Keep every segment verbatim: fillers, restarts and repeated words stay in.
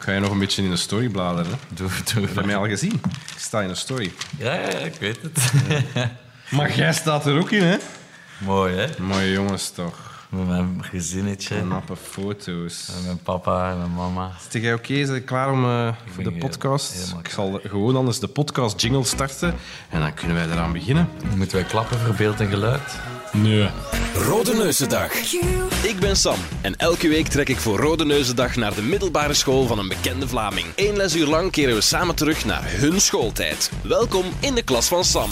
Ga je nog een beetje in de story bladeren? Doe, doe. Heb je mij al gezien? Ik sta in de story. Ja, ja, ik weet het. Maar jij staat er ook in, hè? Mooi, hè? Mooie jongens, toch? Met mijn gezinnetje. Knappe foto's. Met mijn papa en mijn mama. Zit jij oké? Okay? Zijn je klaar om uh, voor de podcast? Heel, heel ik zal gewoon anders de podcast jingle starten en dan kunnen wij eraan beginnen. Moeten wij klappen voor beeld en geluid? Nee. Rode Neuzendag. Ik ben Sam en elke week trek ik voor Rode Neuzendag naar de middelbare school van een bekende Vlaming. Eén lesuur lang keren we samen terug naar hun schooltijd. Welkom in de klas van Sam.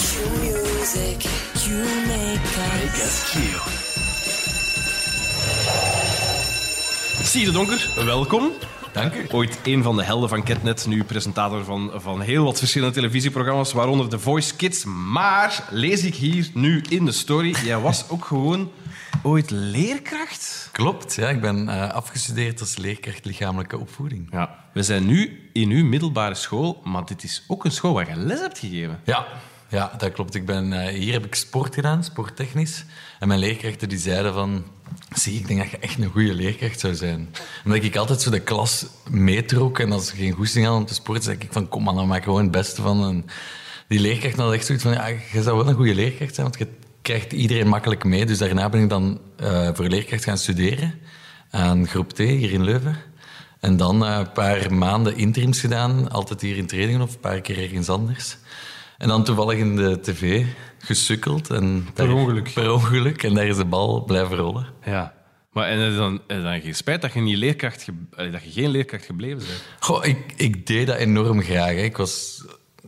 Zie de Donker, welkom. Dank u. Ooit een van de helden van Ketnet, nu presentator van, van heel wat verschillende televisieprogramma's, waaronder The Voice Kids. Maar, lees ik hier nu in de story, jij was ook gewoon ooit leerkracht? Klopt, ja. Ik ben uh, afgestudeerd als leerkracht lichamelijke opvoeding. Ja. We zijn nu in uw middelbare school, maar dit is ook een school waar je les hebt gegeven. Ja. Ja, dat klopt. Ik ben, uh, hier heb ik sport gedaan, sporttechnisch. En mijn leerkrachten die zeiden van... Zie, ik denk dat je echt een goede leerkracht zou zijn. Omdat ik altijd zo de klas meetrok. En als ze geen goesting hadden om te sporten, zei ik van... Kom maar, dan maak gewoon het beste van. En die leerkracht had echt zoiets van... Ja, je zou wel een goede leerkracht zijn, want je krijgt iedereen makkelijk mee. Dus daarna ben ik dan uh, voor leerkracht gaan studeren. Aan groep T, hier in Leuven. En dan uh, een paar maanden interims gedaan. Altijd hier in Trainingen of een paar keer ergens anders. En dan toevallig in de tv gesukkeld. En per daar, ongeluk. Per ongeluk. En daar is de bal blijven rollen. Ja. Maar en is dan, is dan geen spijt dat je, niet leerkracht ge, dat je geen leerkracht gebleven bent? Goh, ik, ik deed dat enorm graag. Hè. Ik was...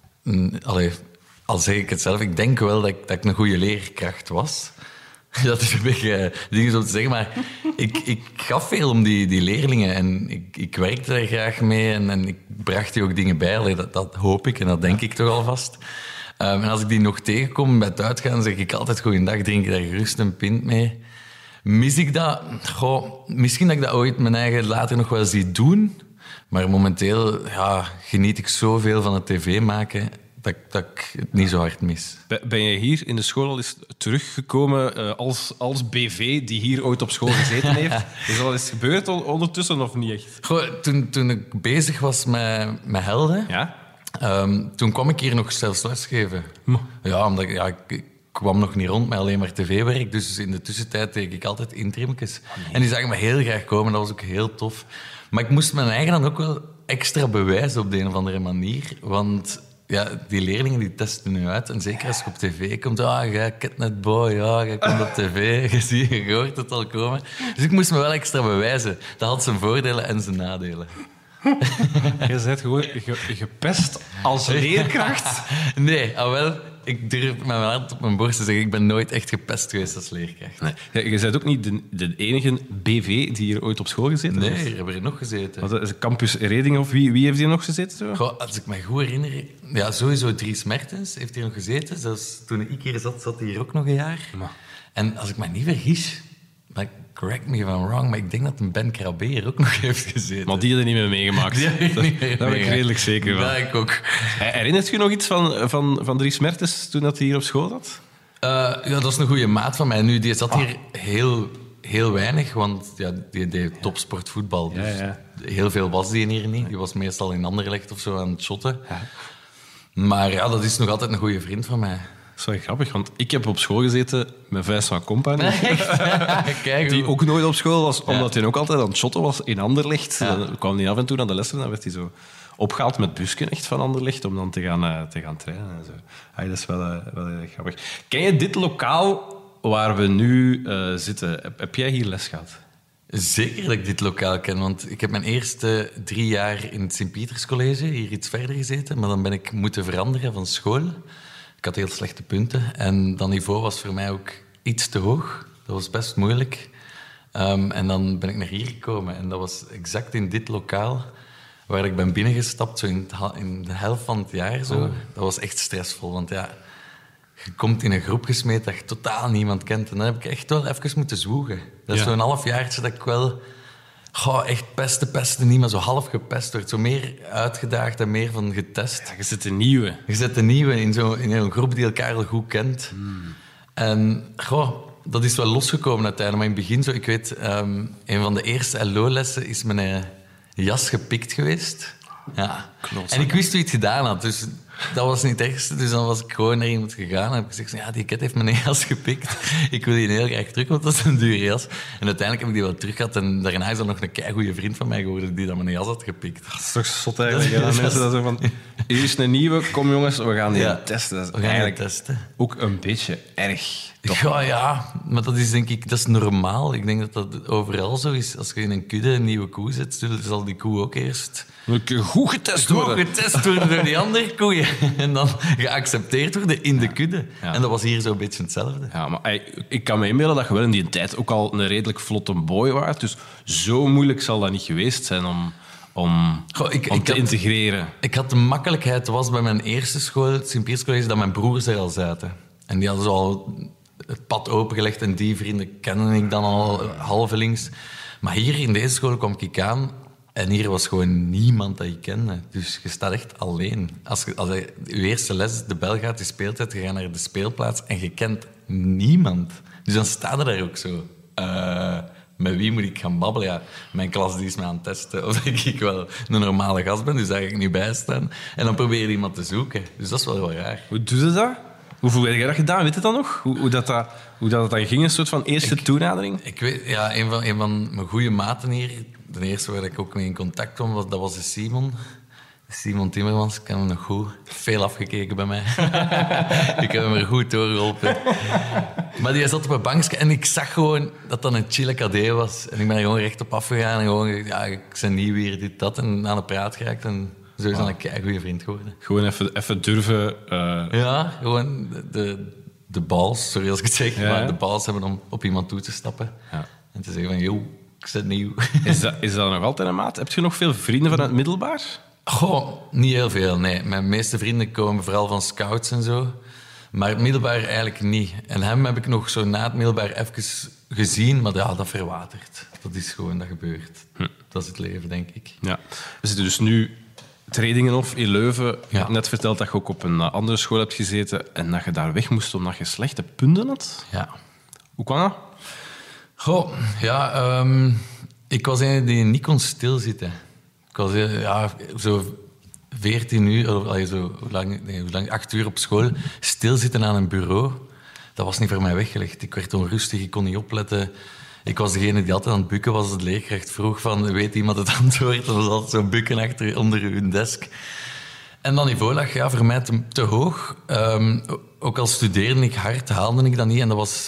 Allee, al zeg ik het zelf, ik denk wel dat ik, dat ik een goede leerkracht was. Dat is een beetje dingen om te zeggen, maar ik, ik gaf veel om die, die leerlingen en ik, ik werkte daar graag mee en, en ik bracht die ook dingen bij. Allee, dat, dat hoop ik en dat denk ik toch alvast. Um, en als ik die nog tegenkom bij het uitgaan, zeg ik altijd goeiedag, drink ik daar gerust een pint mee. Mis ik dat? Goh, misschien dat ik dat ooit mijn eigen later nog wel zie doen, maar momenteel ja, geniet ik zoveel van het tv maken... Dat, dat ik het niet zo hard mis. Ben je hier in de school al eens teruggekomen uh, als, als B V die hier ooit op school gezeten heeft? Is dat al eens gebeurd ondertussen of niet echt? Goh, toen, toen ik bezig was met, met Helden, ja? um, toen kwam ik hier nog zelfs lesgeven. Hm. Ja, omdat ja, ik, ik kwam nog niet rond met alleen maar tv-werk. Dus in de tussentijd deed ik altijd interimjes. Oh, nee. En die zagen me heel graag komen, dat was ook heel tof. Maar ik moest mijn eigen dan ook wel extra bewijzen op de een of andere manier. Want... Ja, die leerlingen die testen nu uit. En zeker als je op tv komt, ah, jij Ketnet boy, ja, jij komt op tv, je ziet, je hoort het al komen. Dus ik moest me wel extra bewijzen. Dat had zijn voordelen en zijn nadelen. Je bent gewoon ge- gepest als leerkracht? Nee, al wel, ik durf met mijn hand op mijn borst te zeggen, ik ben nooit echt gepest geweest als leerkracht. Nee. Ja, je bent ook niet de, de enige B V die hier ooit op school gezeten nee, heeft? Nee, er hebben er nog gezeten. Wat is Campus Redingen of wie, wie heeft hier nog gezeten? Goh, als ik me goed herinner... Ja, sowieso Dries Mertens heeft hier nog gezeten. Zelfs toen ik hier zat, zat hij hier ook nog een jaar. Maar. En als ik me niet vergis... Maar correct me if I'm wrong, maar ik denk dat een Ben Krabbe hier ook nog heeft gezeten. Maar die had er niet meer meegemaakt. Die heb dat niet meer daar ben ik redelijk zeker van. Dat ik ook. Herinnert je nog iets van, van, van Dries Mertens toen dat hij hier op school zat? Uh, ja, dat is een goede maat van mij. Nu, die zat ah. hier heel, heel weinig, want ja, die deed topsportvoetbal. Dus ja, ja. Heel veel was die hier niet. Die was meestal in Anderlecht of zo aan het shotten. Ja. Maar ja, dat is nog altijd een goede vriend van mij. Dat is wel grappig, want ik heb op school gezeten met Vincent Compagnie. Kijk, die ook nooit op school was, omdat ja. hij ook altijd aan het shotten was in Anderlecht. Ja. Dan kwam hij af en toe naar de lessen en dan werd hij zo opgehaald met busken echt van Anderlecht om dan te gaan, uh, te gaan trainen. En zo. Ah, dat is wel, uh, wel uh, grappig. Ken je dit lokaal waar we nu uh, zitten? Heb, heb jij hier les gehad? Zeker dat ik dit lokaal ken, want ik heb mijn eerste drie jaar in het Sint-Pieters College hier iets verder gezeten, maar dan ben ik moeten veranderen van school. Ik had heel slechte punten en dat niveau was voor mij ook iets te hoog. Dat was best moeilijk. Um, en dan ben ik naar hier gekomen en dat was exact in dit lokaal waar ik ben binnengestapt, zo in, het, in de helft van het jaar. Zo. Oh. Dat was echt stressvol, want ja, je komt in een groep gesmeed dat je totaal niemand kent. En dan heb ik echt wel even moeten zwoegen. Dat is ja. zo'n halfjaartje dat ik wel... Goh, echt pesten, pesten niet, maar zo half gepest wordt. Zo meer uitgedaagd en meer van getest. Ja, je zit de nieuwe. Je zit de nieuwe in zo'n in een groep die elkaar al goed kent. Hmm. En goh, dat is wel losgekomen uiteindelijk. Maar in het begin, zo, ik weet, um, een van de eerste L O-lessen is mijn jas gepikt geweest. Ja. Klootzak. En ik wist wie het gedaan had, dus dat was niet het ergste. Dus dan was ik gewoon naar iemand gegaan en heb ik gezegd, ja, die ket heeft mijn jas gepikt. Ik wil die heel graag terug, want dat is een dure jas. En uiteindelijk heb ik die wel terug gehad en daarna is er nog een keigoede vriend van mij geworden die dat mijn jas had gepikt. Dat is toch zot eigenlijk. Ja, dat mensen dat zo van, hier is een nieuwe, kom jongens, we gaan die ja. testen. Dat is we gaan eigenlijk testen. Ook een beetje erg. Toch? Ja, ja, maar dat is denk ik, dat is normaal. Ik denk dat dat overal zo is. Als je in een kudde een nieuwe koe zet, zal die koe ook eerst Moet je goed getest goed worden. getest worden door die andere koeien. En dan geaccepteerd worden in de kudde. Ja. En dat was hier zo'n beetje hetzelfde. Ja, maar ey, ik kan me inbeelden dat je wel in die tijd ook al een redelijk vlotte boy was. Dus zo moeilijk zal dat niet geweest zijn om, om, Goh, ik, om ik te had, integreren. Ik had de makkelijkheid, was bij mijn eerste school, het Sint-Piers College, dat mijn broers er al zaten. En die hadden zo al het pad opengelegd en die vrienden kende ik dan al halvelings. Maar hier in deze school kwam ik aan en hier was gewoon niemand dat je kende. Dus je staat echt alleen. Als je, als je, je eerste les de bel gaat, je speeltijd, je gaat naar de speelplaats en je kent niemand. Dus dan sta je daar ook zo. Uh, met wie moet ik gaan babbelen? Ja, mijn klas die is me aan het testen of ik wel een normale gast ben, dus daar ga ik niet bij staan. En dan probeer je iemand te zoeken. Dus dat is wel heel raar. Hoe doe je dat? Hoeveel heb je dat gedaan? Weet je dat nog? Hoe, hoe, dat, dat, hoe dat, dat ging? Een soort van eerste ik, toenadering? Ik weet, ja, een van, een van mijn goede maten hier, de eerste waar ik ook mee in contact kwam, was, dat was de Simon. Simon Timmermans, ik ken hem nog goed. Veel afgekeken bij mij. Ik heb hem er goed doorgeholpen. Maar die zat op een bankje en ik zag gewoon dat dat een chille cadeau was. En ik ben er gewoon recht op afgegaan en gewoon, ja, ik ben nieuw hier, dit, dat. En aan de praat geraakt en zo is dan een keigoede vriend geworden. Gewoon even, even durven... Uh... Ja, gewoon de, de balls, sorry als ik het zeg, ja. maar de balls hebben om op iemand toe te stappen. Ja. En te zeggen van, joh, ik ben nieuw. Is dat, is dat nog altijd een maat? Heb je nog veel vrienden van het middelbaar? Goh, niet heel veel, nee. Mijn meeste vrienden komen vooral van scouts en zo. Maar het middelbaar eigenlijk niet. En hem heb ik nog zo na het middelbaar even gezien, maar ja, dat verwatert. Dat is gewoon, dat gebeurt. Hm. Dat is het leven, denk ik. Ja. We zitten dus nu Tredingenhof in Leuven. Je ja. hebt net verteld dat je ook op een andere school hebt gezeten en dat je daar weg moest omdat je slechte punten had. Ja. Hoe kwam dat? Goh, ja, um, ik was een die niet kon stilzitten. Ik was ja, zo veertien uur, of allee, zo, hoe lang, nee, hoe lang, acht uur op school, stilzitten aan een bureau. Dat was niet voor mij weggelegd. Ik werd onrustig, ik kon niet opletten. Ik was degene die altijd aan het bukken was als de leerkracht vroeg van, weet iemand het antwoord? Dat was altijd zo'n bukken achter, onder uw desk. En dan niveau lag ja, voor mij te, te hoog. Um, ook al studeerde ik hard, haalde ik dat niet. En dat was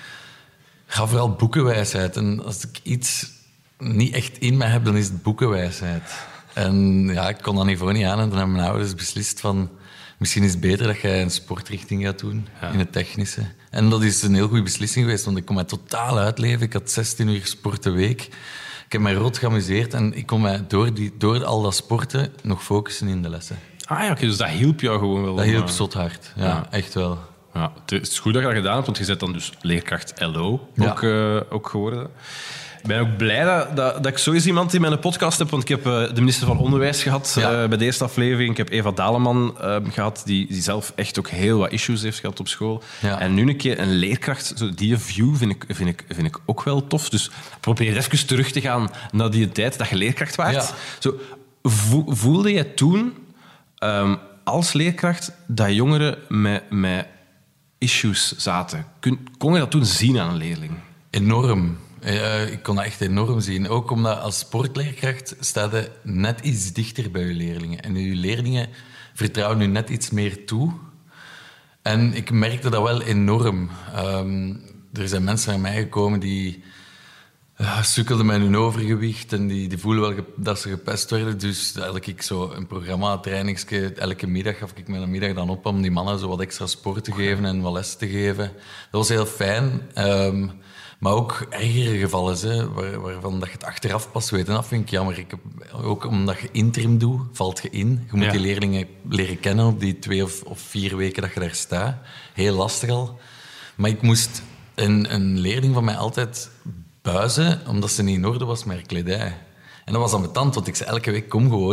ja, vooral boekenwijsheid. En als ik iets niet echt in mij heb, dan is het boekenwijsheid. En ja, ik kon dat niveau niet aan. En dan hebben mijn ouders beslist van, misschien is het beter dat jij een sportrichting gaat doen, ja. in het technische. En dat is een heel goede beslissing geweest, want ik kon mij totaal uitleven. Ik had zestien uur sport per week. Ik heb mij rot geamuseerd en ik kon mij door, die, door al dat sporten nog focussen in de lessen. Ah ja, okay, dus dat hielp jou gewoon wel. Dat hielp zot hard, ja, ja, echt wel. Ja, het is goed dat je dat gedaan hebt, want je bent dan dus leerkracht L O ook, ja. uh, ook geworden. Ik ben ook blij dat, dat, dat ik zo eens iemand in mijn podcast heb, want ik heb uh, de minister van Onderwijs gehad ja. uh, bij de eerste aflevering. Ik heb Eva Daleman uh, gehad, die, die zelf echt ook heel wat issues heeft gehad op school. Ja. En nu een keer een leerkracht, zo die view vind ik, vind, ik, vind ik ook wel tof. Dus probeer even terug te gaan naar die tijd dat je leerkracht was. Ja. Zo, vo, voelde jij toen um, als leerkracht dat jongeren met, met issues zaten? Kon, kon je dat toen zien aan een leerling? Enorm. Ja, ik kon dat echt enorm zien. Ook omdat als sportleerkracht staat je net iets dichter bij je leerlingen. En je leerlingen vertrouwen nu net iets meer toe. En ik merkte dat wel enorm. Um, er zijn mensen naar mij gekomen die uh, sukkelden met hun overgewicht en die, die voelen wel ge- dat ze gepest werden. Dus had ik zo een programma, een trainingske, elke middag gaf ik mijn middag dan op om die mannen zo wat extra sport te geven en wat les te geven. Dat was heel fijn. Um, Maar ook ergere gevallen, hè, waar, waarvan dat je het achteraf pas weet. En dat vind ik jammer. Ik heb, ook omdat je interim doet, valt je in. Je moet ja. die leerlingen leren kennen op die twee of, of vier weken dat je daar staat. Heel lastig al. Maar ik moest een, een leerling van mij altijd buizen, omdat ze niet in orde was met haar kledij. En dat was ambetant, want ik zei elke week, kom gewoon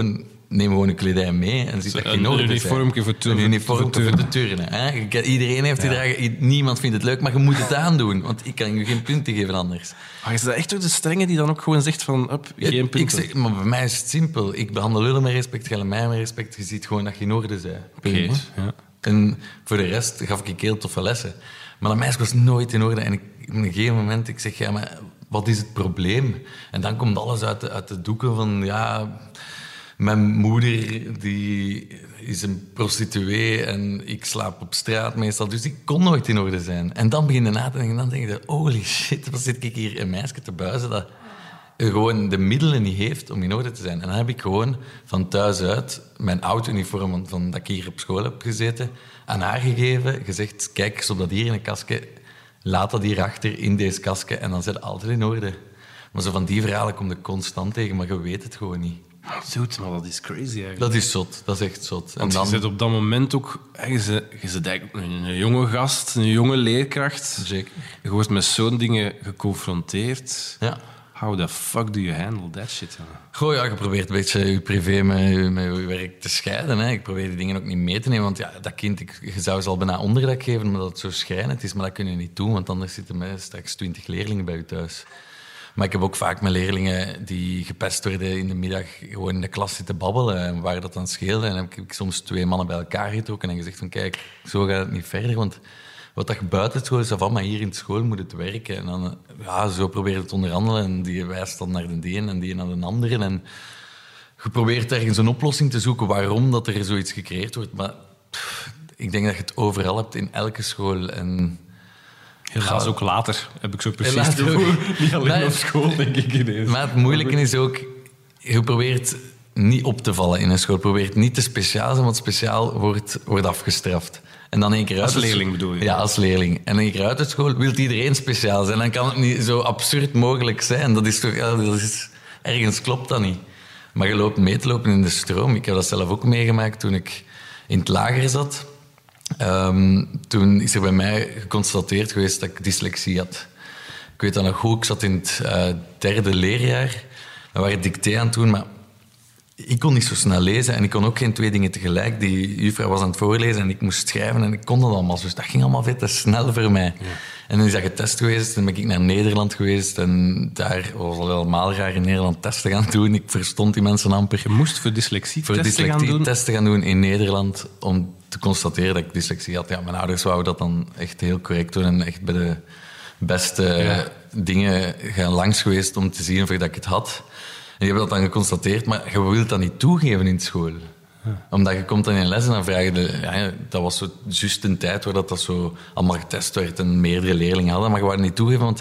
neem gewoon een kledij mee en ziet dat je in orde bent. Een uniformje voor turnen. Een uniformje voor te turnen. Hè? Iedereen heeft die ja. dragen, niemand vindt het leuk, maar je moet het aandoen. Want ik kan je geen punten geven anders. Maar is dat echt ook de strenge die dan ook gewoon zegt van, up, geen ja, punten? Ik zeg, maar bij mij is het simpel. Ik behandel jullie met respect, jij mij met respect. Je ziet gewoon dat je in orde bent. Okay, ja. En voor de rest gaf ik heel toffe lessen. Maar dat meisje was nooit in orde. En ik, op een gegeven moment, ik zeg, ja, maar wat is het probleem? En dan komt alles uit de, uit de doeken van, ja... Mijn moeder die is een prostituee en ik slaap op straat meestal. Dus ik kon nooit in orde zijn. En dan begin je na te denken. En dan denk je, holy shit, wat zit ik hier een meisje te buizen dat gewoon de middelen niet heeft om in orde te zijn. En dan heb ik gewoon van thuis uit mijn oud-uniform van dat ik hier op school heb gezeten aan haar gegeven. Gezegd, kijk eens op dat hier in een kastje. Laat dat hier achter in deze kastje en dan zit het altijd in orde. Maar zo van die verhalen kom je constant tegen, maar je weet het gewoon niet. Zoet, maar dat is crazy eigenlijk. Dat is zot, dat is echt zot. Want en dan... je zit op dat moment ook... Je zit, je zit eigenlijk een, een jonge gast, een jonge leerkracht. Zeker. Je wordt met zo'n dingen geconfronteerd. Ja. How the fuck do you handle that shit? Ja? Goh, ja, je probeert een beetje je privé met je, met je werk te scheiden. Hè. Ik probeer die dingen ook niet mee te nemen, want ja, dat kind, ik, je zou ze al bijna onderdak geven, omdat het zo schrijnend is, maar dat kun je niet doen, want anders zitten er straks twintig leerlingen bij je thuis. Maar ik heb ook vaak met leerlingen die gepest werden in de middag gewoon in de klas zitten babbelen. En waar dat dan scheelde. En dan heb ik soms twee mannen bij elkaar getrokken en gezegd van kijk, zo gaat het niet verder. Want wat dat je buiten school is, van, maar hier in school moet het werken. En dan, ja, zo probeer je het onderhandelen. En die wijst dan naar de een en die naar de andere. En je probeert ergens een oplossing te zoeken waarom dat er zoiets gecreëerd wordt. Maar pff, ik denk dat je het overal hebt in elke school. En... Helaas ook later, heb ik zo precies het gevoel. Niet alleen maar, op school, denk ik ineens. Maar het moeilijke is ook... Je probeert niet op te vallen in een school. Je probeert niet te speciaal zijn, want speciaal wordt, wordt afgestraft. En dan één keer uit als leerling bedoel je? Ja, als leerling. En één keer uit de school wil iedereen speciaal zijn. Dan kan het niet zo absurd mogelijk zijn. Dat is toch... Ja, dat is, ergens klopt dat niet. Maar je loopt mee te lopen in de stroom. Ik heb dat zelf ook meegemaakt toen ik in het lager zat... Um, toen is er bij mij geconstateerd geweest dat ik dyslexie had. Ik weet dat nog goed, ik zat in het uh, derde leerjaar. We waren dicté aan het doen, maar ik kon niet zo snel lezen en ik kon ook geen twee dingen tegelijk. Die juffrouw was aan het voorlezen en ik moest schrijven en ik kon dat allemaal. Dus dat ging allemaal veel te snel voor mij. Ja. En dan is dat getest geweest, dan ben ik naar Nederland geweest en daar was al helemaal raar in Nederland testen gaan doen. Ik verstond die mensen amper. Je moest voor dyslexie voor testen dyslexie gaan doen? testen gaan doen in Nederland om te constateren dat ik dyslexie had. Ja, mijn ouders wouden dat dan echt heel correct doen en echt bij de beste ja. dingen gaan langs geweest om te zien of ik dat ik het had. En die hebben dat dan geconstateerd, maar je wilt dat niet toegeven in school. Ja. Omdat je komt dan in les en dan vraag je... De, ja, dat was zo juist een tijd waar dat, dat zo allemaal getest werd en meerdere leerlingen hadden, maar je wou het niet toegeven, want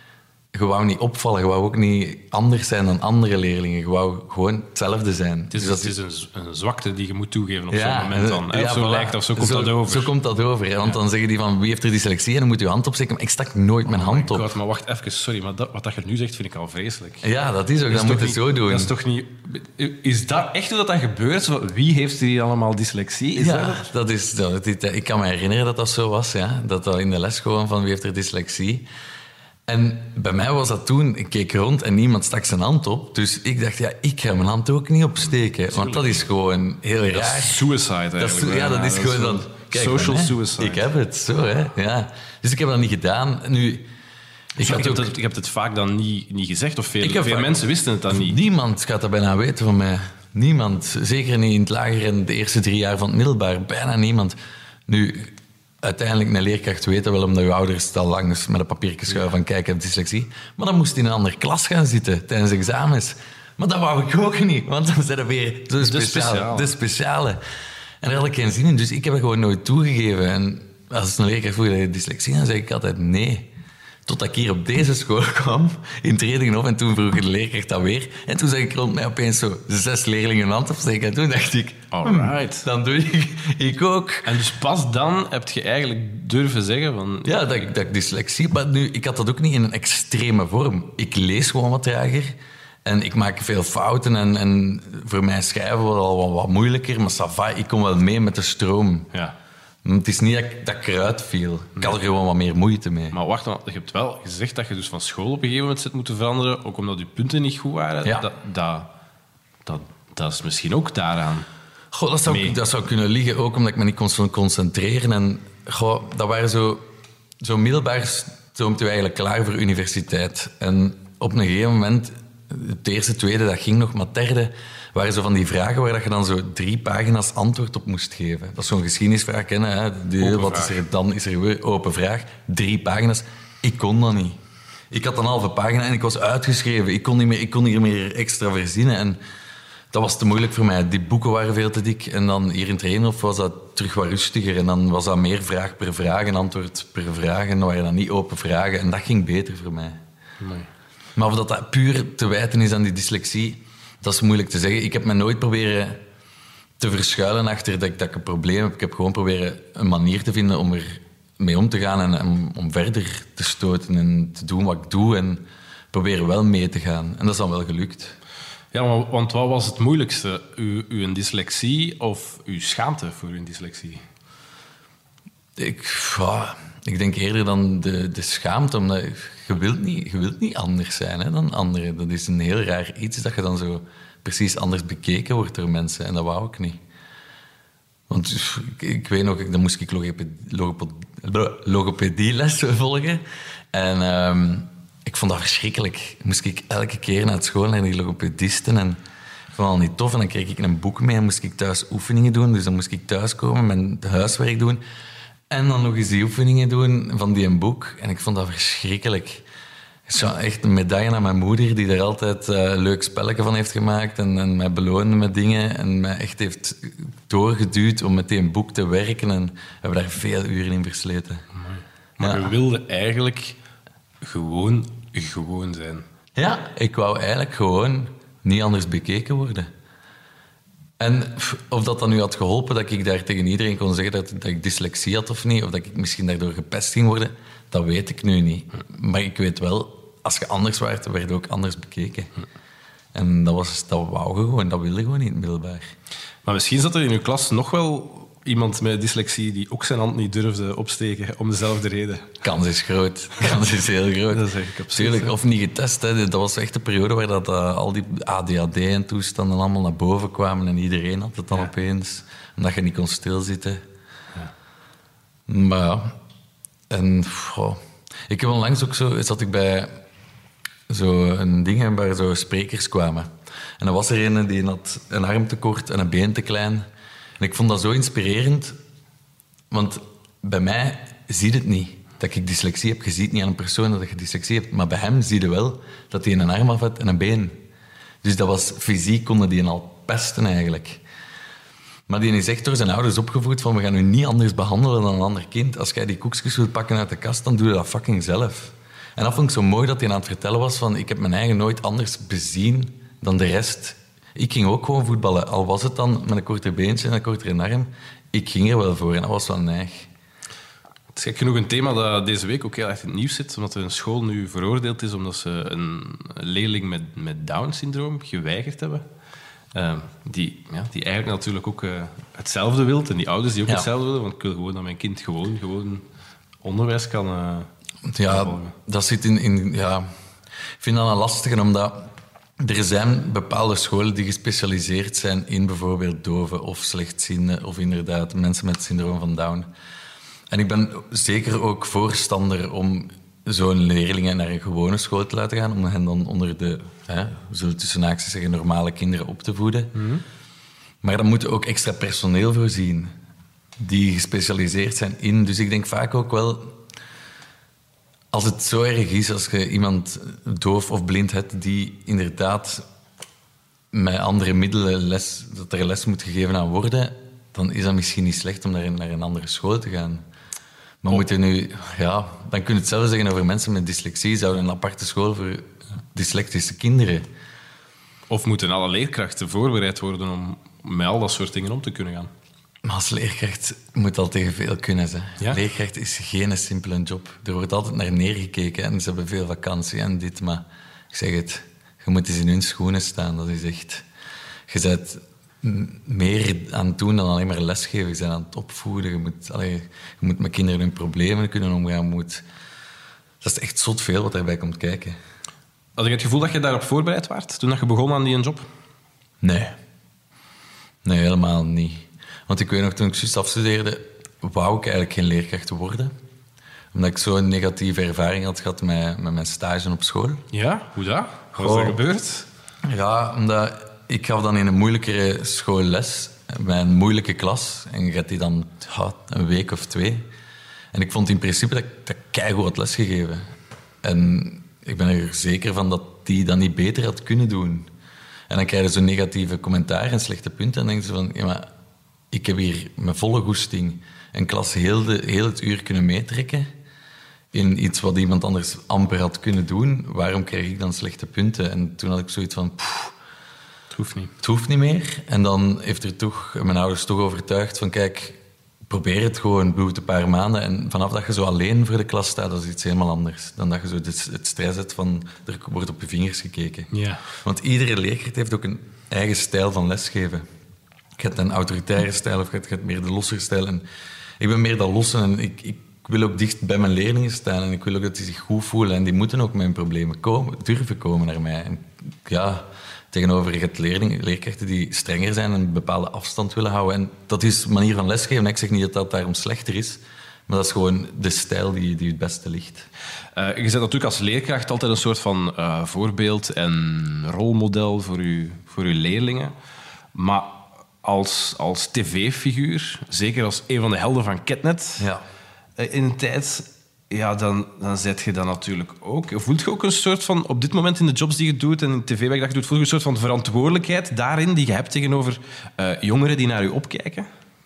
je wou niet opvallen. Je wou ook niet anders zijn dan andere leerlingen. Je wou gewoon hetzelfde zijn. Het is, dus dat het is een, een zwakte die je moet toegeven op ja, zo'n moment dan. Ja, of zo voilà. lijkt of zo komt zo, dat over. Zo komt dat over. Want ja. dan zeggen die van, wie heeft er dyslexie? En dan moet je hand opsteken. Maar ik stak nooit mijn oh hand op. God, maar wacht even, sorry. Maar dat, wat dat je nu zegt, vind ik al vreselijk. Ja, dat is ook. Dat, dat moet je zo doen. Dat is toch niet... Is dat echt hoe dat, dat gebeurt? Wie heeft hier allemaal dyslexie? Is ja, dat, dat is... Dat, ik kan me herinneren dat dat zo was. Ja. Dat dat in de les gewoon van, wie heeft er dyslexie? En bij mij was dat toen, ik keek rond en niemand stak zijn hand op. Dus ik dacht, ja, ik ga mijn hand ook niet opsteken. Want dat is gewoon heel raar. Dat is suicide eigenlijk. Dat is, ja, dat is ja, gewoon dat dan... Kijk, social man, suicide. Ik heb het, zo hè. Ja. Dus ik heb dat niet gedaan. Nu... Ik, dus had ik, heb ook, het, ik heb het vaak dan niet, niet gezegd, of veel, veel vaak, mensen wisten het dan niet. Niemand gaat dat bijna weten van mij. Niemand. Zeker niet in het lager en de eerste drie jaar van het middelbaar. Bijna niemand. Nu... Uiteindelijk een leerkracht weten wel, omdat je ouders al langs met een papiertje schuiven van kijk, ik heb dyslexie. Maar dan moest hij in een andere klas gaan zitten tijdens examens. Maar dat wou ik ook niet, want dan zijn er weer zo speciaal, de, speciale. de speciale. En daar had ik geen zin in, dus ik heb het gewoon nooit toegegeven. En als een leerkracht vroeg dat je dyslexie had, dan zei ik altijd nee. Totdat ik hier op deze school kwam, in Tredingenhof, en toen vroeg de leerkracht dat weer. En toen zag ik rond mij opeens zo zes leerlingen een hand opsteken. En toen dacht ik, alright. Dan doe ik, ik ook. En dus pas dan heb je eigenlijk durven zeggen van... Ja, dat, dat ik dyslexie... Maar nu, ik had dat ook niet in een extreme vorm. Ik lees gewoon wat trager. En ik maak veel fouten. En, en voor mij schrijven wordt al wat, wat moeilijker. Maar ça va, ik kom wel mee met de stroom. Ja. Het is niet dat ik, dat ik eruit viel. Ik had er gewoon wat meer moeite mee. Maar wacht, je hebt wel gezegd dat je dus van school op een gegeven moment zit moeten veranderen, ook omdat je punten niet goed waren. Ja. Dat, dat, dat dat is misschien ook daaraan. Goh, dat, zou, dat zou kunnen liggen, ook omdat ik me niet kon concentreren. En goh, dat waren zo, zo middelbaar stoomden we eigenlijk klaar voor universiteit. En op een gegeven moment, het eerste, tweede, dat ging nog, maar het derde waren zo van die vragen waar je dan zo drie pagina's antwoord op moest geven. Dat is zo'n geschiedenisvraag kennen. Hè? De, wat is er dan? Is er weer open vraag? Drie pagina's. Ik kon dat niet. Ik had een halve pagina en ik was uitgeschreven. Ik kon niet meer, ik kon hier meer extra verzinnen. En dat was te moeilijk voor mij. Die boeken waren veel te dik. En dan hier in het Reenhof was dat terug wat rustiger. En dan was dat meer vraag per vraag en antwoord per vraag. En dan waren dat niet open vragen. En dat ging beter voor mij. Nee. Maar of dat, dat puur te wijten is aan die dyslexie, dat is moeilijk te zeggen. Ik heb me nooit proberen te verschuilen achter dat ik, dat ik een probleem heb. Ik heb gewoon proberen een manier te vinden om er mee om te gaan en om, om verder te stoten en te doen wat ik doe en proberen wel mee te gaan. En dat is dan wel gelukt. Ja, maar, want wat was het moeilijkste? U, uw dyslexie of uw schaamte voor uw dyslexie? Ik, ja, ik denk eerder dan de, de schaamte, omdat je wilt niet, je wilt niet anders zijn hè, dan anderen. Dat is een heel raar iets dat je dan zo precies anders bekeken wordt door mensen. En dat wou ik niet. Want ik, ik weet nog, dan moest ik logopedie, logopedie, logopedieles volgen. En um, ik vond dat verschrikkelijk. Moest ik elke keer naar school naar die logopedisten. En ik vond dat niet tof. En dan kreeg ik een boek mee en moest ik thuis oefeningen doen. Dus dan moest ik thuiskomen, mijn huiswerk doen. En dan nog eens die oefeningen doen van die een boek. En ik vond dat verschrikkelijk. Zo echt een medaille aan mijn moeder, die er altijd uh, een leuk spelletje van heeft gemaakt en, en mij beloonde met dingen en mij echt heeft doorgeduwd om met die boek te werken. En we hebben daar veel uren in versleten. Maar ja. je wilde eigenlijk gewoon gewoon zijn. Ja, ik wou eigenlijk gewoon niet anders bekeken worden. En of dat dan nu had geholpen dat ik daar tegen iedereen kon zeggen dat, dat ik dyslexie had of niet, of dat ik misschien daardoor gepest ging worden, dat weet ik nu niet. Maar ik weet wel, als je anders waart, werd je ook anders bekeken. En dat, was, dat wou je gewoon, dat wilde gewoon niet in het middelbaar. Maar misschien zat er in uw klas nog wel iemand met dyslexie die ook zijn hand niet durfde opsteken om dezelfde reden. Kans is groot. Kans is heel groot. Dat is eigenlijk absurd. Tuurlijk, of niet getest. Hè. Dat was echt de periode waar dat, uh, al die A D H D en toestanden allemaal naar boven kwamen en iedereen had het dan ja. opeens. Omdat je niet kon stilzitten. Ja. Maar ja. En, oh. Ik heb onlangs ook zo... Zat ik bij zo'n ding waar zo sprekers kwamen. En dan was er een die had een arm te kort en een been te klein. En ik vond dat zo inspirerend. Want bij mij zie je het niet dat ik dyslexie heb. Je ziet niet aan een persoon dat je dyslexie hebt. Maar bij hem zie je wel dat hij een arm af had en een been. Dus dat was fysiek, konden die al pesten eigenlijk. Maar die is echt door zijn ouders opgevoed van we gaan u niet anders behandelen dan een ander kind. Als jij die koekjes wilt pakken uit de kast, dan doe je dat fucking zelf. En dat vond ik zo mooi dat hij aan het vertellen was van ik heb mijn eigen nooit anders bezien dan de rest. Ik ging ook gewoon voetballen. Al was het dan met een korter beentje en een kortere arm. Ik ging er wel voor en dat was wel neig. Het is gek genoeg een thema dat deze week ook heel erg in het nieuws zit. Omdat er een school nu veroordeeld is omdat ze een leerling met, met Down-syndroom geweigerd hebben. Uh, die, ja, die eigenlijk natuurlijk ook uh, hetzelfde wil. En die ouders die ook ja. hetzelfde willen. Want ik wil gewoon dat mijn kind gewoon, gewoon onderwijs kan uh, Ja, volgen. Dat zit in... in ja. Ik vind dat een lastige, omdat... Er zijn bepaalde scholen die gespecialiseerd zijn in bijvoorbeeld doven of slechtzienden of inderdaad mensen met het syndroom van Down. En ik ben zeker ook voorstander om zo'n leerlingen naar een gewone school te laten gaan, om hen dan onder de, hè, we zullen tussen haakjes zeggen, normale kinderen op te voeden. Mm-hmm. Maar dan moet je ook extra personeel voorzien die gespecialiseerd zijn in. Dus ik denk vaak ook wel... Als het zo erg is, als je iemand doof of blind hebt die inderdaad met andere middelen les, dat er les moet gegeven aan worden, dan is dat misschien niet slecht om naar een, naar een andere school te gaan. Maar oh. moet je nu... Ja, dan kun je hetzelfde zeggen over mensen met dyslexie. Zouden een aparte school voor dyslectische kinderen. Of moeten alle leerkrachten voorbereid worden om met al dat soort dingen om te kunnen gaan? Maar als leerkracht moet al tegen veel kunnen. Hè. Ja? Leerkracht is geen simpele job. Er wordt altijd naar neergekeken en ze hebben veel vakantie en dit. Maar ik zeg het, je moet eens in hun schoenen staan. Dat is echt... Je bent meer aan het doen dan alleen maar lesgeven. Je bent aan het opvoeden. Je moet, allee, je moet met kinderen hun problemen kunnen omgaan. Je moet, dat is echt zot veel wat daarbij komt kijken. Had je het gevoel dat je daarop voorbereid was toen je begon aan die job? Nee. Nee, helemaal niet. Want ik weet nog, toen ik juist afstudeerde, wou ik eigenlijk geen leerkracht worden. Omdat ik zo'n negatieve ervaring had gehad met, met mijn stage op school. Ja? Hoe dat? Wat is Goh. er gebeurd? Ja, omdat ik gaf dan in een moeilijkere school les, bij een moeilijke klas. En je gaat die dan ja, een week of twee. En ik vond in principe dat ik, dat ik keigoed had lesgegeven. En ik ben er zeker van dat die dat niet beter had kunnen doen. En dan krijg je zo'n negatieve commentaar en slechte punten. En dan denk je van, ja, maar ik heb hier met volle goesting een klas heel, de, heel het uur kunnen meetrekken in iets wat iemand anders amper had kunnen doen. Waarom krijg ik dan slechte punten? En toen had ik zoiets van, pff, Het hoeft niet. het hoeft niet meer. En dan heeft er toch, mijn ouders toch overtuigd van, kijk, probeer het gewoon, doe het een paar maanden. En vanaf dat je zo alleen voor de klas staat, dat is iets helemaal anders. Dan dat je zo het, het stress hebt van, er wordt op je vingers gekeken. Ja. Want iedere leerkracht heeft ook een eigen stijl van lesgeven. Je hebt een autoritaire stijl of je hebt, je hebt meer de lossere stijl. En ik ben meer dat losse en ik, ik wil ook dicht bij mijn leerlingen staan. En ik wil ook dat die zich goed voelen. En die moeten ook met hun problemen komen, durven komen naar mij. En ja, tegenover je hebt leerlingen, leerkrachten die strenger zijn en een bepaalde afstand willen houden. En dat is een manier van lesgeven. Ik zeg niet dat dat daarom slechter is. Maar dat is gewoon de stijl die, die het beste ligt. Uh, je bent natuurlijk als leerkracht altijd een soort van uh, voorbeeld en rolmodel voor je, voor uw leerlingen. Maar als, als tv-figuur, zeker als een van de helden van Ketnet, Ja. uh, in een tijd, ja, dan, dan zet je dat natuurlijk ook. Voelt je ook een soort van, op dit moment in de jobs die je doet en in het tv-werk dat je doet, voel je een soort van verantwoordelijkheid daarin die je hebt tegenover uh, jongeren die naar je opkijken?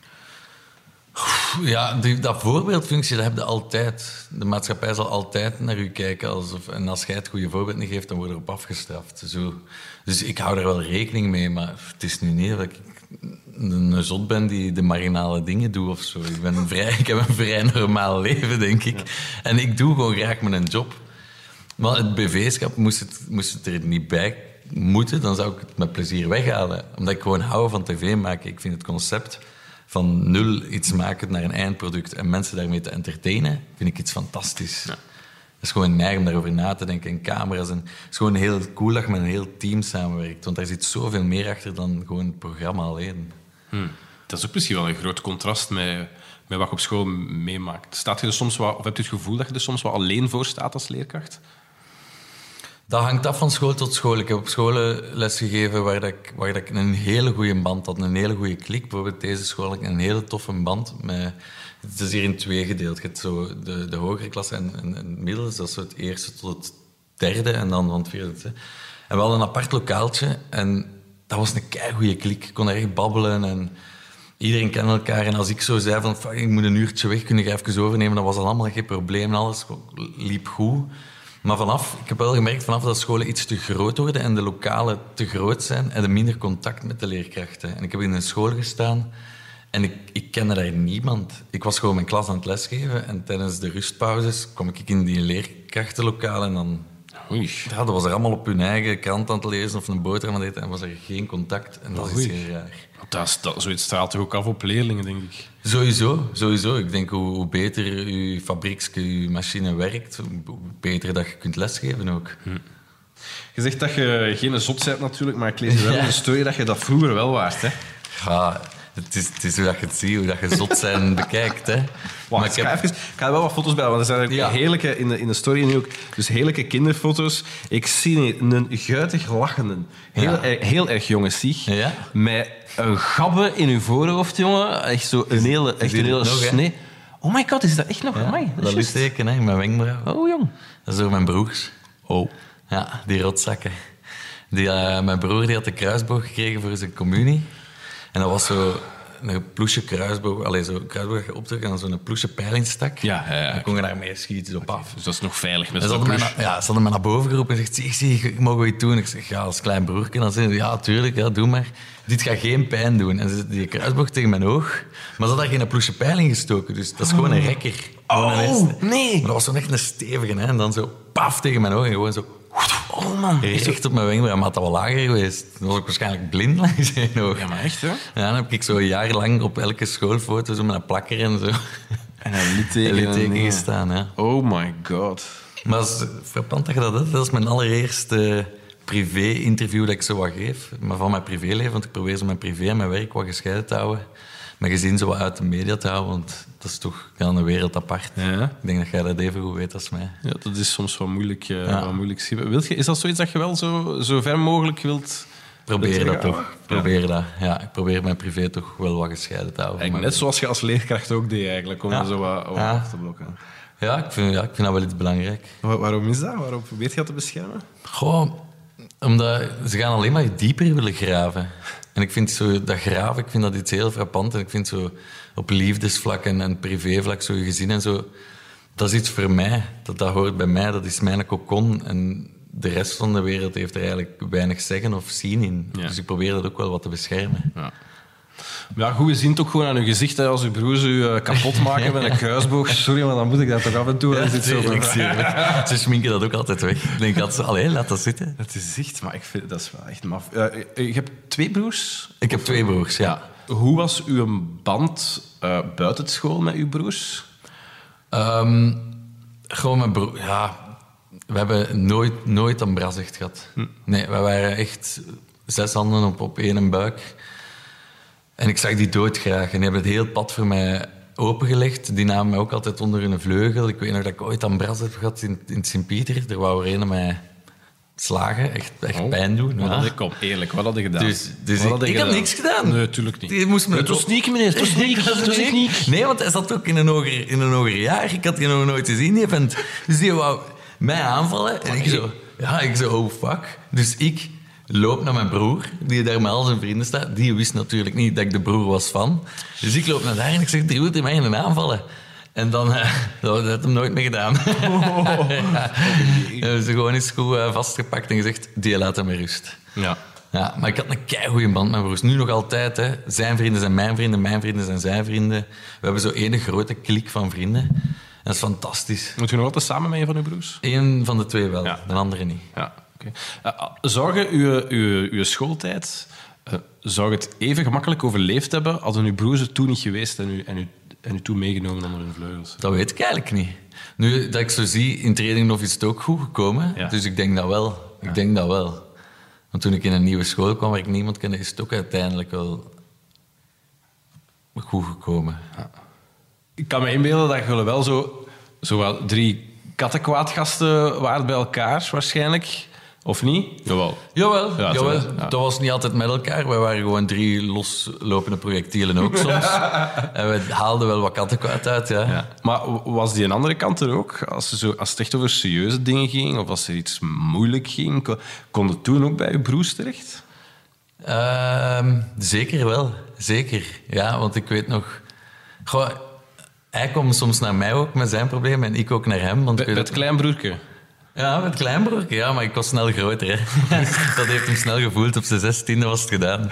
Ja, die, dat voorbeeldfunctie, dat heb je altijd. De maatschappij zal altijd naar u kijken. Alsof, en als jij het goede voorbeeld niet geeft, dan word je erop afgestraft. Zo. Dus ik hou er wel rekening mee, maar het is nu niet dat ik een zot ben die de marginale dingen doet of zo. Ik, ben vrij, ik heb een vrij normaal leven, denk ik. Ja. En ik doe gewoon graag mijn job. Maar het B V-schap, moest het, moest het er niet bij moeten, dan zou ik het met plezier weghalen. Omdat ik gewoon hou van tv maken. Ik vind het concept van nul iets maken naar een eindproduct en mensen daarmee te entertainen, vind ik iets fantastisch. Ja. Het is gewoon neig om daarover na te denken. En camera's. En het is gewoon heel cool dat je met een heel team samenwerkt. Want daar zit zoveel meer achter dan gewoon het programma alleen. Hmm. Dat is ook misschien wel een groot contrast met, met wat je op school meemaakt. Staat je er soms wat, of heb je het gevoel dat je er soms wat alleen voor staat als leerkracht? Dat hangt af van school tot school. Ik heb op scholen lesgegeven waar, dat ik, waar dat ik een hele goede band had. Een hele goede klik. Bijvoorbeeld deze school had ik een hele toffe band. Met, het is hier in twee gedeeld. Je hebt zo de, de hogere klasse en, en, en het middel. Dus dat is zo het eerste tot het derde en dan van het vierde. En we hadden een apart lokaaltje. En dat was een keigoeie klik. Ik kon er echt babbelen en iedereen kende elkaar. En als ik zo zei van, fuck, ik moet een uurtje weg, kun je even overnemen, dan was dat allemaal geen probleem. En alles liep goed. Maar vanaf, ik heb wel gemerkt, vanaf dat scholen iets te groot worden en de lokalen te groot zijn, en er minder contact met de leerkrachten. En ik heb in een school gestaan en ik, ik kende daar niemand. Ik was gewoon mijn klas aan het lesgeven en tijdens de rustpauzes kwam ik in die leerkrachtenlokaal en dan... Oei. Ja, dat was er allemaal op hun eigen krant aan het lezen of een boterham aan het eten en was er geen contact. En dat Oei. is heel raar. Dat is, dat, zoiets straalt toch ook af op leerlingen, denk ik. Sowieso, sowieso. Ik denk hoe, hoe beter je fabriekske, je machine werkt, hoe beter dat je kunt lesgeven ook. Hm. Je zegt dat je geen zot bent natuurlijk, maar ik lees wel in de story dat je dat vroeger wel waart, hè? Ja, het is, het is hoe dat je het ziet, hoe dat je zot zijn bekijkt, hè. Wacht, ik, heb... ik, ga even, ik ga er wel wat foto's bij, want er zijn ook ja. heerlijke, in de, in de story nu ook, dus heerlijke kinderfoto's. Ik zie een guitig lachende, heel, ja. er, heel erg jonge Sieg, ja? met een gabbe in uw voorhoofd, jongen. Echt zo een hele, echt een hele snee. Oh my god, is dat echt nog? Ja, Amai, dat dat is teken, hè, mijn wenkbrauw. Oh, jong. Dat is door mijn broers. Oh. Ja, die rotzakken. Die, uh, mijn broer die had de kruisboog gekregen voor zijn communie. En dat was zo een ploesje kruisboog. Allee, zo kruisboog dat je optrekt en dan zo'n ploesje pijl instak. Ja, ja, ja. Dan kon je daarmee schieten op af. Dus dat is nog veilig met zo'n ploesje. Ja, ze hadden mij naar boven geroepen en zegt, zie, zie, ik mag iets doen. Ik zeg, ja, als klein broertje. Dan zei ze, ja, tuurlijk, ja, doe maar. Dit gaat geen pijn doen. En ze zette die kruisboog tegen mijn oog. Maar ze had daar geen ploesje pijl in gestoken. Dus dat is gewoon een rekker. Oh, nee. Maar dat was zo echt een stevige. Hè? En dan zo, paf, tegen mijn oog. En gewoon zo... Oh man, echt op mijn wenkbrauw. Maar had dat wel lager geweest. Dan was ik waarschijnlijk blind langs zijn oog. Ja, maar echt, hè? Ja, dan heb ik zo een jaar lang op elke schoolfoto zo met een plakker en zo. En een litteken, een litteken gestaan, ja. Oh my god. Maar het is frappant dat je dat hebt. Dat is mijn allereerste privé-interview dat ik zo wat geef. Maar van mijn privéleven, want ik probeer zo mijn privé en mijn werk wat gescheiden te houden. Mijn gezin zo wat uit de media te houden, want dat is toch wel een wereld apart. Ja. Ik denk dat jij dat even goed weet als mij. Ja, dat is soms wat moeilijk. Uh, Ja. wat moeilijk Wilt je, is dat zoiets dat je wel zo, zo ver mogelijk wilt... Probeer dat wilt toch. Probeer dat. Ja, ik probeer mijn privé toch wel wat gescheiden te houden. Eigenlijk net zoals je als leerkracht ook deed, eigenlijk, om Ja. er zo wat, wat Ja. af te blokken. Ja, ik vind, ja, ik vind dat wel iets belangrijk. Wa- waarom is dat? Waarom probeert je dat te beschermen? Goh, omdat ze gaan alleen maar dieper willen graven. En ik vind zo, dat graven, ik vind dat iets heel frappant. En ik vind zo op liefdesvlak en, en privévlak, zo je gezin en zo, dat is iets voor mij. Dat, dat hoort bij mij, dat is mijn cocon. En de rest van de wereld heeft er eigenlijk weinig zeggen of zien in. Ja. Dus ik probeer dat ook wel wat te beschermen. Ja. Ja, goed, je ziet het ook gewoon aan je gezicht, hè, als je broers je uh, kapot maken met een kruisboog. Sorry, maar dan moet ik dat toch af en toe. Ja, is het zo tuurlijk, van- tuurlijk. Ze schminken dat ook altijd weg. Ik denk altijd, allee, laat dat zitten. Het is echt, maar ik vind dat is wel echt maf. Uh, je hebt twee broers? Ik heb twee broers, ja. Hoe was uw band uh, buiten school met uw broers? Um, gewoon mijn broer... Ja, we hebben nooit, nooit een brazicht gehad. Hm. Nee, we waren echt zes handen op, op één buik. En ik zag die doodgraag. En die hebben het heel pad voor mij opengelegd. Die namen mij ook altijd onder hun vleugel. Ik weet nog dat ik ooit een bras heb gehad in, in Sint-Pieter. Er wou er een mij slagen, echt, echt Oh. pijn doen. Wat Ja. had ik, kom, eerlijk, wat had je gedaan? Dus, dus Wat ik, had je ik had gedaan? niks gedaan. Nee, natuurlijk niet. Die moest me Het was sneaky, meneer. Het was sneaky. Het was echt niet. Nee, want hij zat ook in een hoger, in een hoger jaar. Ik had die nog nooit gezien. Die vent. Dus die wou mij aanvallen. En ik zo... Ja, ik zo, oh fuck. Dus ik loop naar mijn broer, die daar met al zijn vrienden staat. Die wist natuurlijk niet dat ik de broer was van. Dus ik loop naar daar en ik zeg, die moet hij mij in aanvallen. En dan... Uh, dat had hem nooit meer gedaan. Oh. Ja. Dus gewoon eens goed uh, vastgepakt en gezegd, die laat hem met rust. Ja. Ja, maar ik had een keigoeie band met mijn broers. Nu nog altijd. Hè. Zijn vrienden zijn mijn vrienden, mijn vrienden zijn zijn vrienden. We hebben zo één grote klik van vrienden. En dat is fantastisch. Moet je nog altijd samen met een van uw broers? Eén van de twee wel, Ja. de andere niet. Ja, oké. Okay. Zou je uw, uw, uw schooltijd... Uh, zou je het even gemakkelijk overleefd hebben hadden uw broers er toen niet geweest en u, en u, en u toen meegenomen onder hun vleugels? Dat weet ik eigenlijk niet. Nu dat ik zo zie, in Training is het ook goed gekomen. Ja. Dus ik denk dat wel. Ik ja. denk dat wel. Want toen ik in een nieuwe school kwam waar ik niemand kende, is het ook uiteindelijk wel goed gekomen. Ja. Ik kan me inbeelden dat je wel zo, zo wel drie kattenkwaadgasten waard bij elkaar, waarschijnlijk. Of niet? Jawel. Jawel, Ja, jawel. zo, ja. Dat was niet altijd met elkaar. Wij waren gewoon drie loslopende projectielen ook soms. En we haalden wel wat kattenkwaad uit, ja. Ja. Maar was die een andere kant er ook? Als, zo, als het echt over serieuze dingen ging, of als er iets moeilijk ging, kon, kon het toen ook bij je broers terecht? Uh, zeker wel, zeker. Ja, want ik weet nog... Goh, hij kwam soms naar mij ook met zijn problemen en ik ook naar hem. Want Bij, ik weet bij het kleinbroertje? Ja, met kleinbroertje, ja, maar ik was snel groter. Hè. Dat heeft hem snel gevoeld. Op zijn zestiende was het gedaan.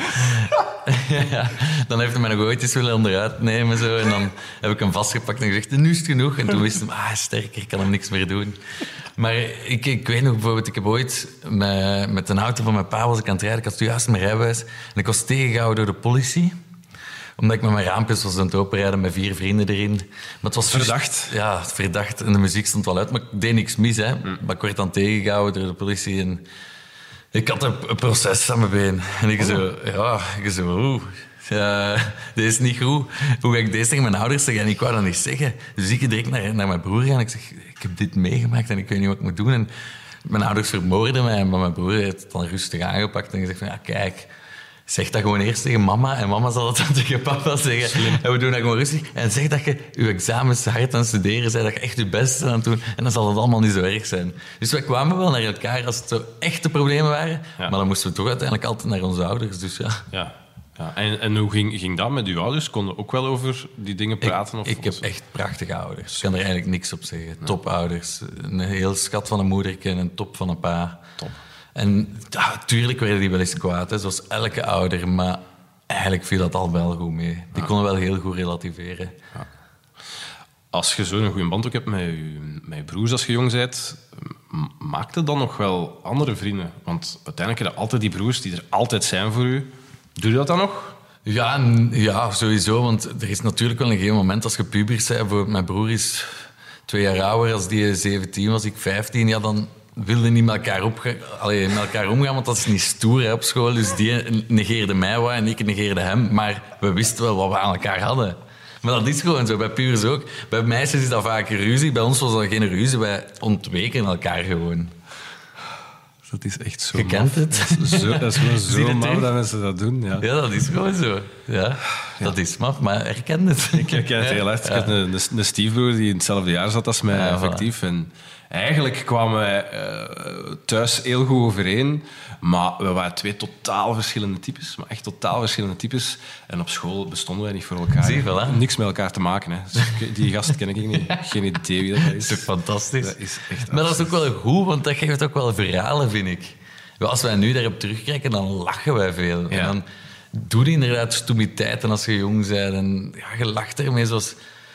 Ja, dan heeft hij mij nog ooit eens willen onderuit nemen. Zo, en dan heb ik hem vastgepakt en gezegd, nu is het genoeg. En toen wist hij, ah, sterker, ik kan hem niks meer doen. Maar ik, ik weet nog bijvoorbeeld, ik heb ooit met, met een auto van mijn pa was ik aan het rijden. Ik had juist mijn rijbewijs. En ik was tegengehouden door de politie. Omdat ik met mijn raampjes was aan het openrijden met vier vrienden erin. Maar het was verdacht? Just, ja, verdacht. En de muziek stond wel uit, maar ik deed niks mis. Hè. Mm. Maar ik werd dan tegengehouden door de politie. En ik had een, een proces aan mijn been. En ik oh. zo, ja, ik zo, oeh. Ja, dit is niet goed. Hoe ga ik deze tegen mijn ouders zeggen? En ik wou dat niet zeggen. Dus ik direct naar, naar mijn broer gaan. En ik zeg, ik heb dit meegemaakt en ik weet niet wat ik moet doen. En mijn ouders vermoorden mij. Maar mijn broer heeft het dan rustig aangepakt en gezegd van, ja, kijk... Zeg dat gewoon eerst tegen mama en mama zal het dan tegen papa zeggen. Slim. En we doen dat gewoon rustig. En zeg dat je je examens hard aan het studeren bent, dat je echt je best aan het doen en dan zal het allemaal niet zo erg zijn. Dus we kwamen wel naar elkaar als het zo echte problemen waren, ja. Maar dan moesten we toch uiteindelijk altijd naar onze ouders. Dus ja. Ja. Ja. En, en hoe ging, ging dat met uw ouders? Konden ook wel over die dingen praten? Ik, of, ik heb echt prachtige ouders. Ik kan er eigenlijk niks op zeggen. Ja. Topouders. Een heel schat van een moederke en een top van een pa. Top. En ja, tuurlijk werden die wel eens kwaad, hè, zoals elke ouder. Maar eigenlijk viel dat al wel goed mee. Die ja. konden wel heel goed relativeren. Ja. Als je zo'n goede band ook hebt met je, met je broers als je jong bent, maakt het dan nog wel andere vrienden? Want uiteindelijk heb je altijd die broers die er altijd zijn voor u. Doe je dat dan nog? Ja, ja, sowieso. Want er is natuurlijk wel een gegeven moment als je pubers bent. Bijvoorbeeld mijn broer is twee jaar ouder. Als die zeventien was, ik vijftien. Ja, dan... wilden niet met elkaar, opga- allee, met elkaar omgaan, want dat is niet stoer hè, op school. Dus die negeerde mij wat en ik negeerde hem. Maar we wisten wel wat we aan elkaar hadden. Maar dat is gewoon zo, bij puurs ook. Bij meisjes is dat vaak ruzie, bij ons was dat geen ruzie. Wij ontweken elkaar gewoon. Dat is echt zo. Je kent het. Dat is, zo, dat is gewoon Zie je zo het maf terug? dat mensen dat doen. Ja. Ja, dat is gewoon zo. Ja, dat is maf, maar herken het. Ik herken het heel erg. Ik had een, een, een stiefbroer die in hetzelfde jaar zat als mij, Ja, voilà. effectief. En eigenlijk kwamen wij uh, thuis heel goed overeen. Maar we waren twee totaal verschillende types. Maar echt totaal verschillende types. En op school bestonden wij niet voor elkaar. Zie je wel, hè? Niks met elkaar te maken. Hè. Dus die gast ken ik niet. Geen idee wie dat is. Dat is toch fantastisch? Dat is echt maar dat is ook wel goed, want dat geeft ook wel verhalen, vind ik. Als wij nu daarop terugkijken, dan lachen wij veel. Ja. En dan doe je inderdaad stoemiteiten als je jong bent. En ja, je lacht ermee zoals...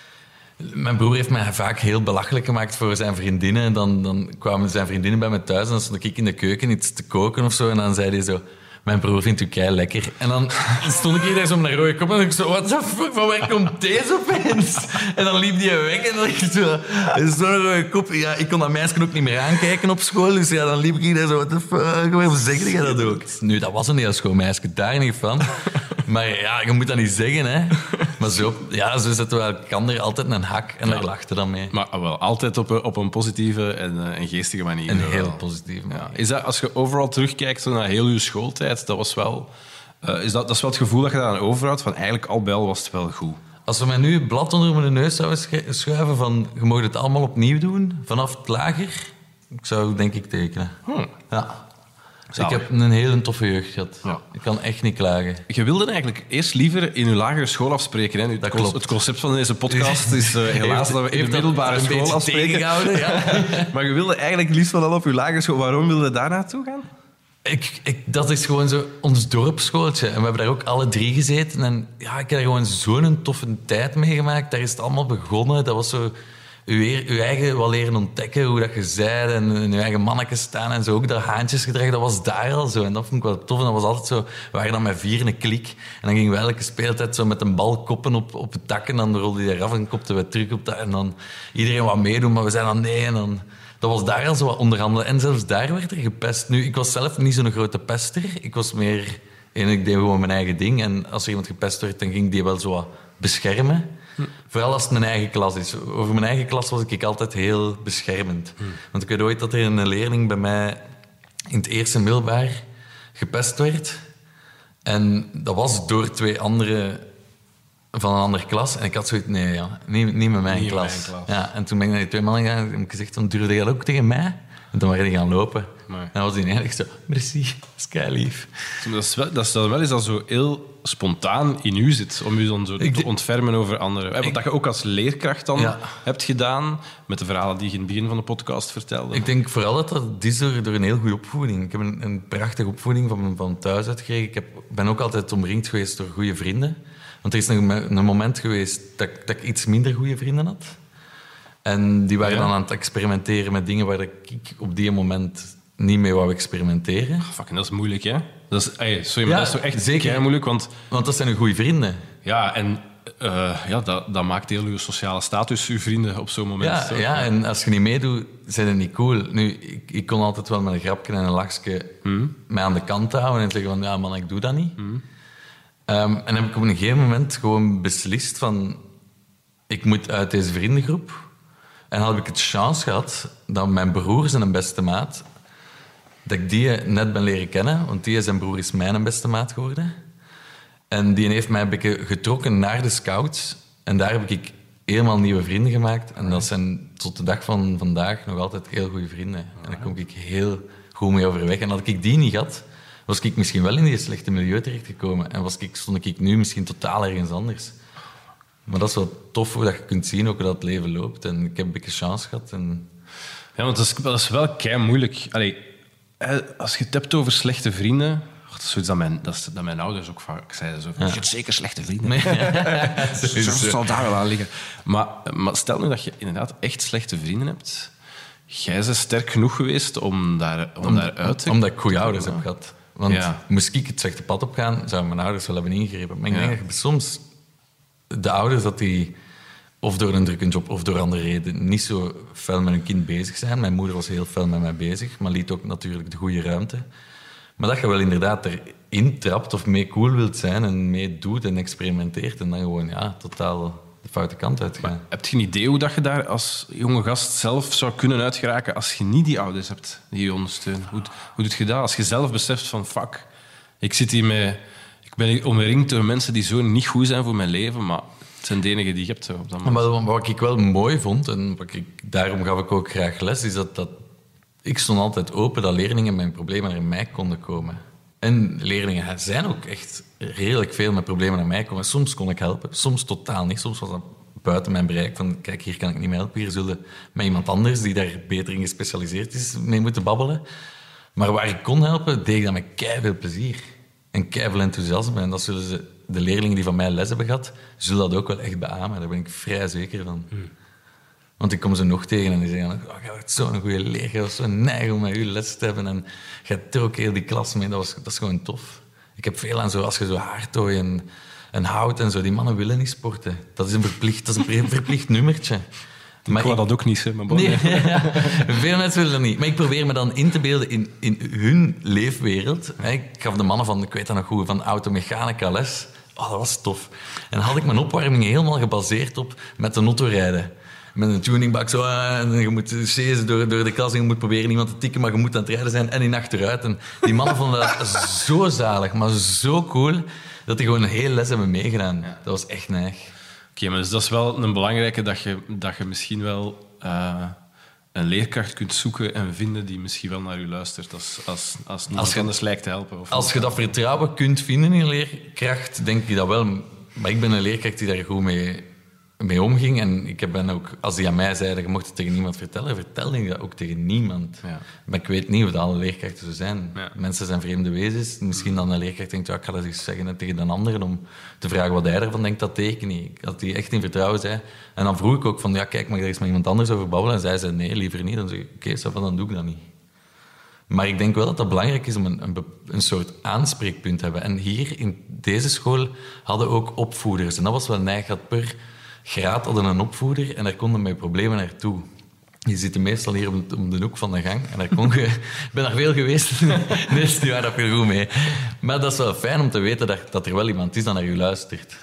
Mijn broer heeft mij vaak heel belachelijk gemaakt voor zijn vriendinnen. En dan, dan kwamen zijn vriendinnen bij me thuis en dan stond ik in de keuken iets te koken of zo. En dan zei hij zo... Mijn broer vindt u kei lekker. En dan stond ik hier daar zo met een rode kop en ik zo... What the fuck, van waar komt deze opeens? En dan liep die weg en dan dacht ik zo... Zo'n rode kop. Ja, ik kon dat meisje ook niet meer aankijken op school. Dus ja, dan liep ik hier daar zo... What the fuck, waarom zeg je dat ook? Nu, dat was een heel schoon meisje, daar niet van. Maar ja, je moet dat niet zeggen, hè. Maar zo, ja, zo zetten we elkaar altijd een hak en daar lachten dan mee. Maar wel, altijd op een, op een positieve en, uh, en geestige manier. Een wel. heel positieve manier. Ja. Is dat, als je overal terugkijkt zo naar heel je schooltijd, dat was wel... Uh, is dat, dat is wel het gevoel dat je daar aan overhoudt, van eigenlijk al bij al was het wel goed. Als we mij nu een blad onder mijn neus zouden schu- schuiven van je mag het allemaal opnieuw doen, vanaf het lager, ik zou denk ik tekenen. Hmm. Ja. Zalig. Ik heb een hele toffe jeugd gehad. Ja. Ik kan echt niet klagen. Je wilde eigenlijk eerst liever in je lagere school afspreken. Hè? Nu, Dat het, klopt. het concept van deze podcast is uh, helaas Heeft- dat we in heeft de middelbare dat een school beetje afspreken. tegengehouden, ja. Maar je wilde eigenlijk liefst wel al op je lagere school. Waarom wilde je daar naartoe gaan? Ik, ik, dat is gewoon zo ons dorpsschooltje. En we hebben daar ook alle drie gezeten. En ja, ik heb daar gewoon zo'n toffe tijd meegemaakt. Daar is het allemaal begonnen. Dat was zo... Uw, uw eigen wel leren ontdekken, hoe dat je zei. En in uw eigen mannetje staan en zo. Ook dat haantjesgedrag, dat was daar al zo. En dat vond ik wel tof. En dat was altijd zo... We waren dan met vier in een klik. En dan gingen we elke speeltijd zo met een bal koppen op, op het dak. En dan rolde hij eraf en kopten we terug op dat. En dan iedereen wat meedoen. Maar we zeiden dan nee. En dan... Dat was daar al zo wat onderhandelen. En zelfs daar werd er gepest. Nu, ik was zelf niet zo'n grote pester. Ik was meer... En ik deed gewoon mijn eigen ding. En als er iemand gepest werd, dan ging die wel zo wat beschermen. Hm. Vooral als het mijn eigen klas is. Over mijn eigen klas was ik altijd heel beschermend. Hm. Want ik weet ooit dat er een leerling bij mij in het eerste middelbaar gepest werd. En dat was door twee anderen van een andere klas. En ik had zoiets, nee, ja, niet, niet met mijn Niet klas. mijn klas. Ja, en toen ben ik naar die twee mannen gegaan en heb ik gezegd, dan durfde je dat ook tegen mij? En toen waren die gaan lopen. Nee. En dan was die eigenlijk zo, merci, dat is keilief. Dat is wel, dat is dan wel eens dat zo heel spontaan in u zit, om u dan zo Ik te de- ontfermen over anderen. Wat Ik- dat je ook als leerkracht dan Ja. hebt gedaan, met de verhalen die je in het begin van de podcast vertelde. Ik denk vooral dat dat is door, door een heel goede opvoeding. Ik heb een, een prachtige opvoeding van, van thuis uitgekregen. Ik heb, ben ook altijd omringd geweest door goede vrienden. Want er is een, een moment geweest dat, ik- dat ik iets minder goede vrienden had. En die waren Ja. dan aan het experimenteren met dingen waar ik op die moment niet mee wou experimenteren. Fucking, dat is moeilijk, hè? Dat is, ey, sorry, maar Ja, dat is toch echt zeker. zeker moeilijk, want Want dat zijn een goede vrienden. ja, en uh, ja, dat, dat maakt heel uw sociale status, uw vrienden op zo'n moment. Ja, toch? ja, en als je niet meedoet, zijn het niet cool. Nu, ik, ik kon altijd wel met een grapje en een lachje Hmm. mij aan de kant houden en zeggen van, ja man, ik doe dat niet. Um, en heb ik op een gegeven moment gewoon beslist van, ik moet uit deze vriendengroep. En dan heb ik het chance gehad dat mijn broer zijn beste maat, dat ik die net ben leren kennen, want die zijn broer is mijn beste maat geworden. En die heeft mij een beetje getrokken naar de scouts. En daar heb ik helemaal nieuwe vrienden gemaakt. En dat zijn tot de dag van vandaag nog altijd heel goede vrienden. En daar kom ik heel goed mee overweg. En had ik die niet gehad, was ik misschien wel in die slechte milieu terechtgekomen. En was ik, stond ik nu misschien totaal ergens anders. Maar dat is wel tof hoe dat je kunt zien ook hoe dat het leven loopt. En ik heb een beetje chance gehad. En... Ja, want dat is, dat is wel kei moeilijk. Allee, eh, als je het hebt over slechte vrienden... Dat is zoiets dat mijn, dat, is, dat mijn ouders ook vaak zeiden. Zo, van, je hebt zeker slechte vrienden. Nee. Dat zal daar wel aan liggen. Maar, maar stel nu dat je inderdaad echt slechte vrienden hebt. Jij bent sterk genoeg geweest om, daar, om, Om, daaruit te omdat ik goede te ouders komen. heb gehad. Want Ja. moest ik het slechte pad opgaan, zouden mijn ouders wel hebben ingegrepen. Maar ik Ja. denk dat je soms de ouders dat die of door een drukke job of door andere redenen, niet zo fel met een kind bezig zijn. Mijn moeder was heel fel met mij bezig, maar liet ook natuurlijk de goede ruimte. Maar dat je wel inderdaad erin trapt of mee cool wilt zijn en mee doet en experimenteert en dan gewoon ja, totaal de foute kant uitgaan. Maar heb je een idee hoe dat je daar als jonge gast zelf zou kunnen uitgeraken als je niet die ouders hebt die je ondersteunen? Hoe, hoe doe je dat? Als je zelf beseft van fuck, ik zit hier met... Ik ben hier omringd door mensen die zo niet goed zijn voor mijn leven, maar het zijn de enigen die je hebt. Zo, op dat moment. Maar wat ik wel mooi vond, en wat ik, daarom gaf ik ook graag les, is dat, dat ik stond altijd open dat leerlingen met problemen naar mij konden komen. En leerlingen zijn ook echt redelijk veel met problemen naar mij komen. Soms kon ik helpen, soms totaal niet. Soms was dat buiten mijn bereik van, kijk, hier kan ik niet meer helpen. Hier zullen met iemand anders die daar beter in gespecialiseerd is mee moeten babbelen. Maar waar ik kon helpen, deed ik dat met keiveel plezier. En keiveel enthousiasme. En dat zullen ze, de leerlingen die van mij les hebben gehad, zullen dat ook wel echt beamen. Daar ben ik vrij zeker van. Hmm. Want ik kom ze nog tegen en die zeggen, oh, je bent zo'n goede leerling, je was zo neig om met u les te hebben. En je trok heel die klas mee, dat, was, dat is gewoon tof. Ik heb veel aan zo, als je zo haartooi en, en hout en zo, die mannen willen niet sporten. Dat is een verplicht, dat is een verplicht nummertje. Maar ik wou dat ook niet, hè, maar bon, nee, ja, veel mensen willen dat niet. Maar ik probeer me dan in te beelden in, in hun leefwereld. Ik gaf de mannen van, ik weet dat nog goed, van automechanica les. Oh, dat was tof. En had ik mijn opwarming helemaal gebaseerd op met de auto rijden. Met een tuningbak zo, en je moet zezen door, door de klas en je moet proberen iemand te tikken, maar je moet aan het rijden zijn en in achteruit. En die mannen vonden dat zo zalig, maar zo cool, dat die gewoon een hele les hebben meegedaan. Ja. Dat was echt neig. Oké, okay, maar dus dat is wel een belangrijke, dat je, dat je misschien wel uh, een leerkracht kunt zoeken en vinden die misschien wel naar je luistert, als, als, als niemand als je, anders lijkt te helpen. Of als je dat vertrouwen kunt vinden in een leerkracht, denk ik dat wel. Maar ik ben een leerkracht die daar goed mee... mee omging. En ik ben ook, als die aan mij zeiden, je mocht het tegen niemand vertellen, vertelde ik dat ook tegen niemand. Ja. Maar ik weet niet of dat alle leerkrachten zo zijn. Ja. Mensen zijn vreemde wezens. Misschien dan een leerkracht denkt, ja, ik ga dat eens zeggen tegen een ander om te vragen wat hij ervan denkt, dat teken niet. Dat hij echt in vertrouwen zei. En dan vroeg ik ook van, ja, kijk, mag ik er eens met iemand anders over babbelen? En zij zei, nee, liever niet. Dan zeg ik, oké, okay, dan doe ik dat niet. Maar ik denk wel dat het belangrijk is om een, een, een soort aanspreekpunt te hebben. En hier in deze school hadden ook opvoeders. En dat was wel neig, dat per graad hadden een opvoeder en daar konden met problemen naartoe. Je zit meestal hier om de, om de hoek van de gang en daar kon je... Ik ben daar veel geweest. Nee, is niet waar, dat je er goed mee. Maar dat is wel fijn om te weten dat, dat er wel iemand is dat naar je luistert.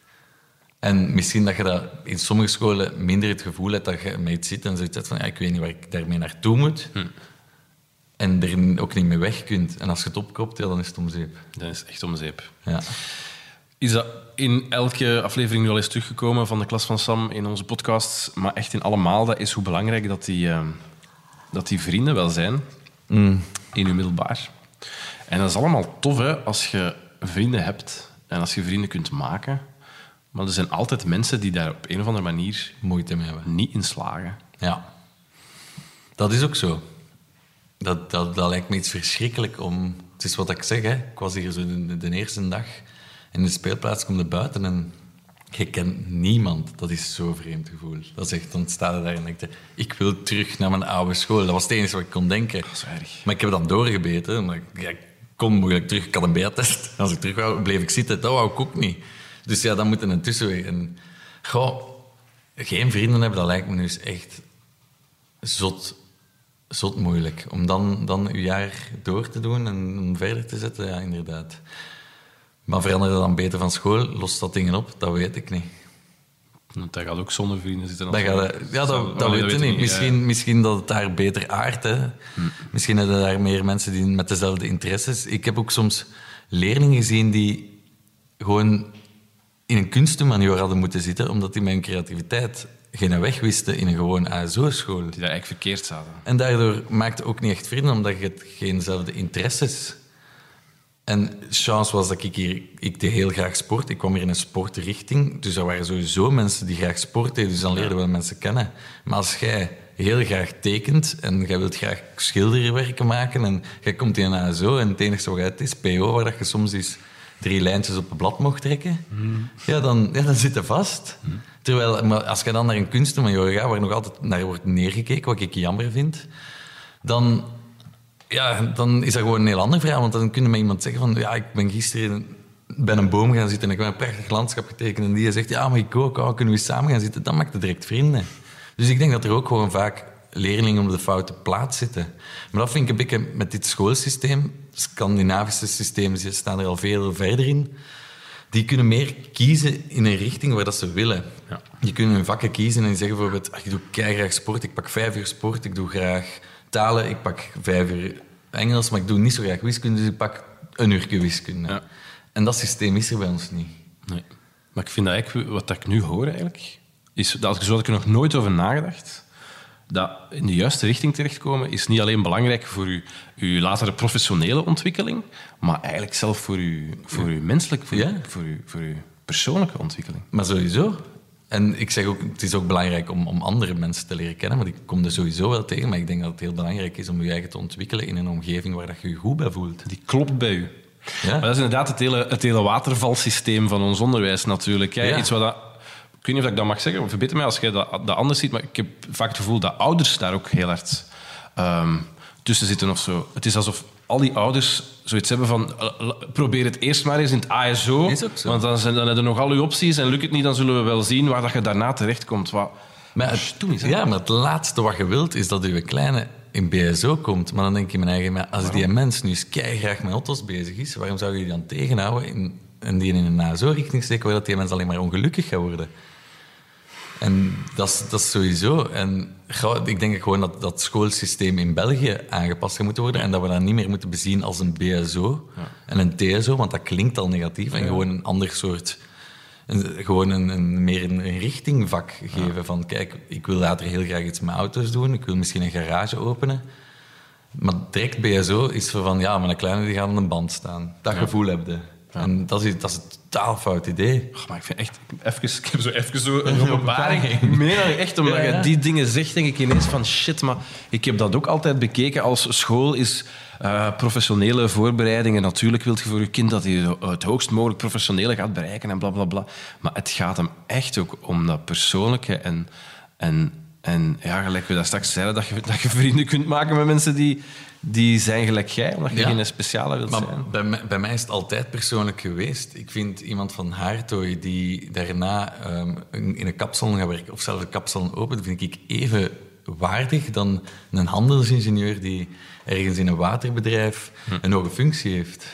En misschien dat je dat in sommige scholen minder het gevoel hebt dat je met iets zit en zoiets hebt van ja, ik weet niet waar ik daarmee naartoe moet. Hm. En er ook niet mee weg kunt. En als je het opkropt, ja, dan is het om zeep. Dan is het echt om zeep. Ja. Is dat in elke aflevering nu al eens teruggekomen van de Klas van Sam in onze podcasts, maar echt in allemaal, dat is hoe belangrijk dat die, uh, dat die vrienden wel zijn mm. in je middelbaar. En dat is allemaal tof, hè, als je vrienden hebt en als je vrienden kunt maken. Maar er zijn altijd mensen die daar op een of andere manier moeite mee hebben. Niet in slagen. Ja. Dat is ook zo. Dat, dat, dat lijkt me iets verschrikkelijk om... Het is wat ik zeg, hè. Ik was hier zo de, de eerste dag... In de speelplaats kom je buiten en je kent niemand. Dat is zo'n vreemd gevoel. Dat is echt, dan sta je daar en denk je, ik wil terug naar mijn oude school. Dat was het enige wat ik kon denken. Dat is erg. Maar ik heb dan doorgebeten. Maar ja, ik kon moeilijk terug. Ik had een beta-test. Als ik terug wou, bleef ik zitten. Dat wou ik ook niet. Dus ja, dan moet er een tussenweg. En goh, geen vrienden hebben, dat lijkt me nu eens echt zot, zot moeilijk. Om dan, dan je jaar door te doen en om verder te zetten, ja, inderdaad. Maar verander je dan beter van school? Lost dat dingen op? Dat weet ik niet. Dat gaat ook zonder vrienden zitten. Dat gaat, ja, dat, dat, dat weet ik niet. Misschien, ja. misschien dat het daar beter aardt. Hè. Hm. Misschien hebben daar meer mensen die met dezelfde interesses. Ik heb ook soms leerlingen gezien die gewoon in een kunstmanior hadden moeten zitten, omdat die met hun creativiteit geen weg wisten in een gewoon A S O-school. Die daar eigenlijk verkeerd zaten. En daardoor maakte ook niet echt vrienden, omdat je geenzelfde interesses. En chance was dat ik hier... Ik deed heel graag sport. Ik kwam hier in een sportrichting. Dus er waren sowieso mensen die graag sport deden. Dus dan leerden we wel mensen kennen. Maar als jij heel graag tekent en jij wilt graag schilderwerken maken en jij komt in een A S O en het enige wat het is, P O, waar dat je soms eens drie lijntjes op een blad mocht trekken, mm. ja, dan, ja, dan zit je vast. Mm. Terwijl, maar als je dan naar een kunstenmajor gaat, waar nog altijd naar wordt neergekeken, wat ik jammer vind, dan... Ja, dan is dat gewoon een heel ander verhaal. Want dan kun je met iemand zeggen van... Ja, ik ben gisteren bij een boom gaan zitten en ik heb een prachtig landschap getekend en die zegt, ja, maar ik ook, oh, kunnen we samen gaan zitten? Dan maakt het direct vrienden. Dus ik denk dat er ook gewoon vaak leerlingen op de foute plaats zitten. Maar dat vind ik een beetje met dit schoolsysteem. Scandinavische systemen staan er al veel verder in. Die kunnen meer kiezen in een richting waar dat ze willen. Ja. Die kunnen hun vakken kiezen en die zeggen bijvoorbeeld, ik doe graag sport, ik pak vijf uur sport, ik doe graag talen, ik pak vijf uur Engels, maar ik doe niet zo graag wiskunde, dus ik pak een uurtje wiskunde. Ja. En dat systeem is er bij ons niet. Nee. Maar ik vind dat eigenlijk, wat ik nu hoor eigenlijk, is dat, zo had ik er nog nooit over nagedacht, dat in de juiste richting terechtkomen is niet alleen belangrijk voor uw, uw latere professionele ontwikkeling, maar eigenlijk zelf voor uw, voor uw menselijke, voor, ja. voor, uw, voor uw persoonlijke ontwikkeling. Maar sowieso. En ik zeg ook, het is ook belangrijk om, om andere mensen te leren kennen, want ik kom er sowieso wel tegen, maar ik denk dat het heel belangrijk is om je eigen te ontwikkelen in een omgeving waar dat je je goed bij voelt. Die klopt bij u. Ja. Maar dat is inderdaad het hele, het hele watervalsysteem van ons onderwijs natuurlijk. Ja. Iets wat dat, ik weet niet of ik dat mag zeggen, verbeter mij als jij dat, dat anders ziet, maar ik heb vaak het gevoel dat ouders daar ook heel hard um, tussen zitten of zo. Het is alsof al die ouders zoiets hebben van uh, probeer het eerst maar eens in het A S O, want dan, zijn, dan hebben we nog al uw opties en lukt het niet, dan zullen we wel zien waar dat je daarna terechtkomt. Wat, maar het, is, ja, maar het laatste wat je wilt is dat uw kleine in B S O komt. Maar dan denk je mijn eigen, maar als waarom? Die mens nu eens keigraag met auto's bezig is, waarom zou je die dan tegenhouden in, en die in een A S O-richting steken, waar dat die mens alleen maar ongelukkig gaat worden? En dat is, dat is sowieso. En ik denk gewoon dat dat schoolsysteem in België aangepast gaat moeten worden en dat we dat niet meer moeten bezien als een B S O ja. en een T S O, want dat klinkt al negatief. En ja. gewoon een ander soort... Een, gewoon een, een, meer een, een richtingvak geven ja. van kijk, ik wil later heel graag iets met auto's doen, ik wil misschien een garage openen. Maar direct B S O is van ja, maar een kleine die gaat aan een band staan. Dat ja. gevoel heb je. Ja. En dat is, dat is een totaal fout idee. Oh, maar ik vind echt... Even, ik heb zo even zo een openbaring. Ik meen dat echt, omdat ja, ja. je die dingen zegt, denk ik ineens van shit, maar ik heb dat ook altijd bekeken als school is uh, professionele voorbereidingen. Natuurlijk wil je voor je kind dat hij het hoogst mogelijk professionele gaat bereiken en blablabla. Bla, bla. Maar het gaat hem echt ook om dat persoonlijke en... en En ja, gelijk we dat straks zeiden, dat je, dat je vrienden kunt maken met mensen die, die zijn gelijk jij, omdat je ja. geen speciale wilt maar zijn. Bij mij, bij mij is het altijd persoonlijk geweest. Ik vind iemand van Haartooi die daarna um, in een kapsalon gaat werken, of zelfs een kapsalon opent, vind ik even waardig dan een handelsingenieur die ergens in een waterbedrijf hm. een hoge functie heeft.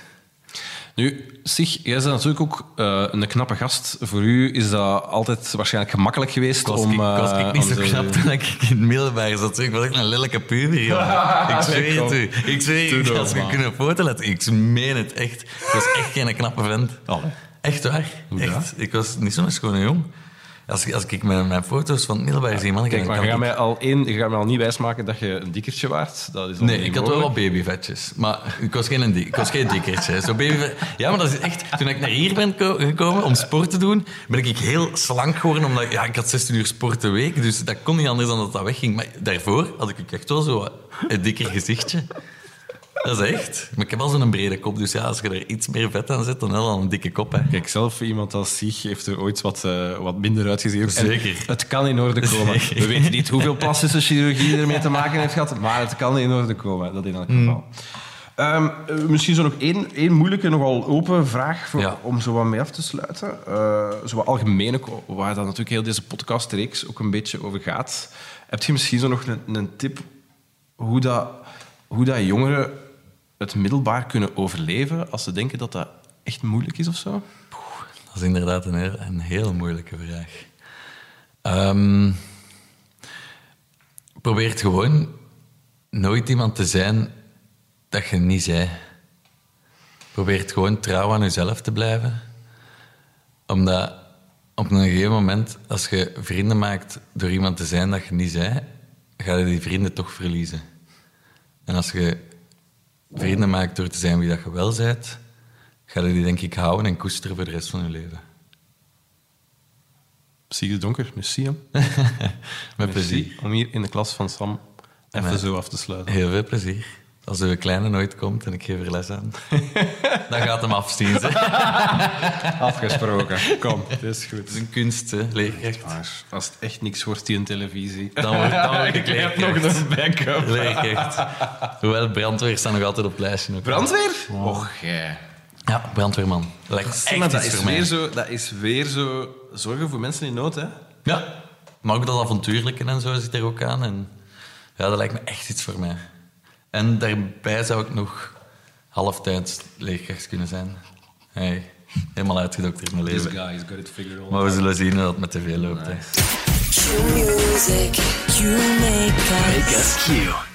Nu, Sig, jij bent natuurlijk ook uh, een knappe gast. Voor u is dat altijd waarschijnlijk gemakkelijk geweest was om... Ik, uh, was ik niet zo knap toen ik in het middelbaar zat. Ik was echt een lelijke puber, joh. Ik zweer het u. Ik zweer het. Als je kunt een foto laten... Ik meen het echt. Ik was echt geen knappe vent. Allee. Echt waar. Echt. Ik was niet zo'n schone jong. Als, als ik mijn, mijn foto's van het middelbaar zie, man... Kijk, maar je gaat, mij al één, je gaat mij al niet wijsmaken dat je een dikkertje waart. Dat is nee, ik had wel wat babyvetjes. Maar ik was geen, dik, ik was geen dikkertje. Zo babyvet... Ja, maar dat is echt... Toen ik naar hier ben gekomen om sport te doen, ben ik heel slank geworden. Omdat ja, ik had zestien uur sport per week. Dus dat kon niet anders dan dat dat wegging. Maar daarvoor had ik echt wel zo een dikker gezichtje. Dat is echt. Maar ik heb al zo'n brede kop, dus ja, als je er iets meer vet aan zet, dan wel een dikke kop. Hè. Kijk, zelf iemand als Sig heeft er ooit wat, uh, wat minder uitgezien. Zeker. En het kan in orde komen. Zeker. We weten niet hoeveel plastische chirurgie ermee te maken heeft gehad, maar het kan in orde komen, dat in elk geval. Mm. Um, misschien zo nog één, één moeilijke, nogal open vraag voor, ja. om zo wat mee af te sluiten. Uh, zo wat algemeen, waar dan natuurlijk heel deze podcastreeks ook een beetje over gaat. Heb je misschien zo nog een, een tip hoe dat, hoe dat jongeren het middelbaar kunnen overleven als ze denken dat dat echt moeilijk is of zo? Dat is inderdaad een heel, een heel moeilijke vraag. Um, probeer gewoon nooit iemand te zijn dat je niet zei. Probeer gewoon trouw aan jezelf te blijven. Omdat op een gegeven moment, als je vrienden maakt door iemand te zijn dat je niet zei, ga je die vrienden toch verliezen. En als je vrienden maakt door te zijn wie dat je wel bent, ga je die denk ik houden en koesteren voor de rest van je leven. Zie je donker? Merci, hè? Met plezier. Om hier in de klas van Sam even met zo af te sluiten. Heel veel plezier. Als uw kleine nooit komt en ik geef er les aan, dan gaat hem afzien. Ze. Afgesproken. Kom, dat is goed. Het is een kunst, hè, leerkracht. Maar als het echt niks wordt in televisie, dan word, dan word ik leerkracht. nog een backup. Leerkracht. Hoewel, brandweer staat nog altijd op het lijstje. Ook. Brandweer? Ja. Och, jij. Ja, brandweerman. Dat lijkt echt maar dat iets is, voor mij. weer zo, dat is weer zo zorgen voor mensen in nood, hè? Ja, maar ook dat avontuurlijke en zo zit er ook aan. En ja, dat lijkt me echt iets voor mij. En daarbij zou ik nog halftijds leerkracht kunnen zijn. Hey, helemaal uitgedokterd in mijn This leven. guy has got it figured all Maar we out. zullen zien hoe dat met tv loopt. Hè. Q music, Q makers. Make us Q.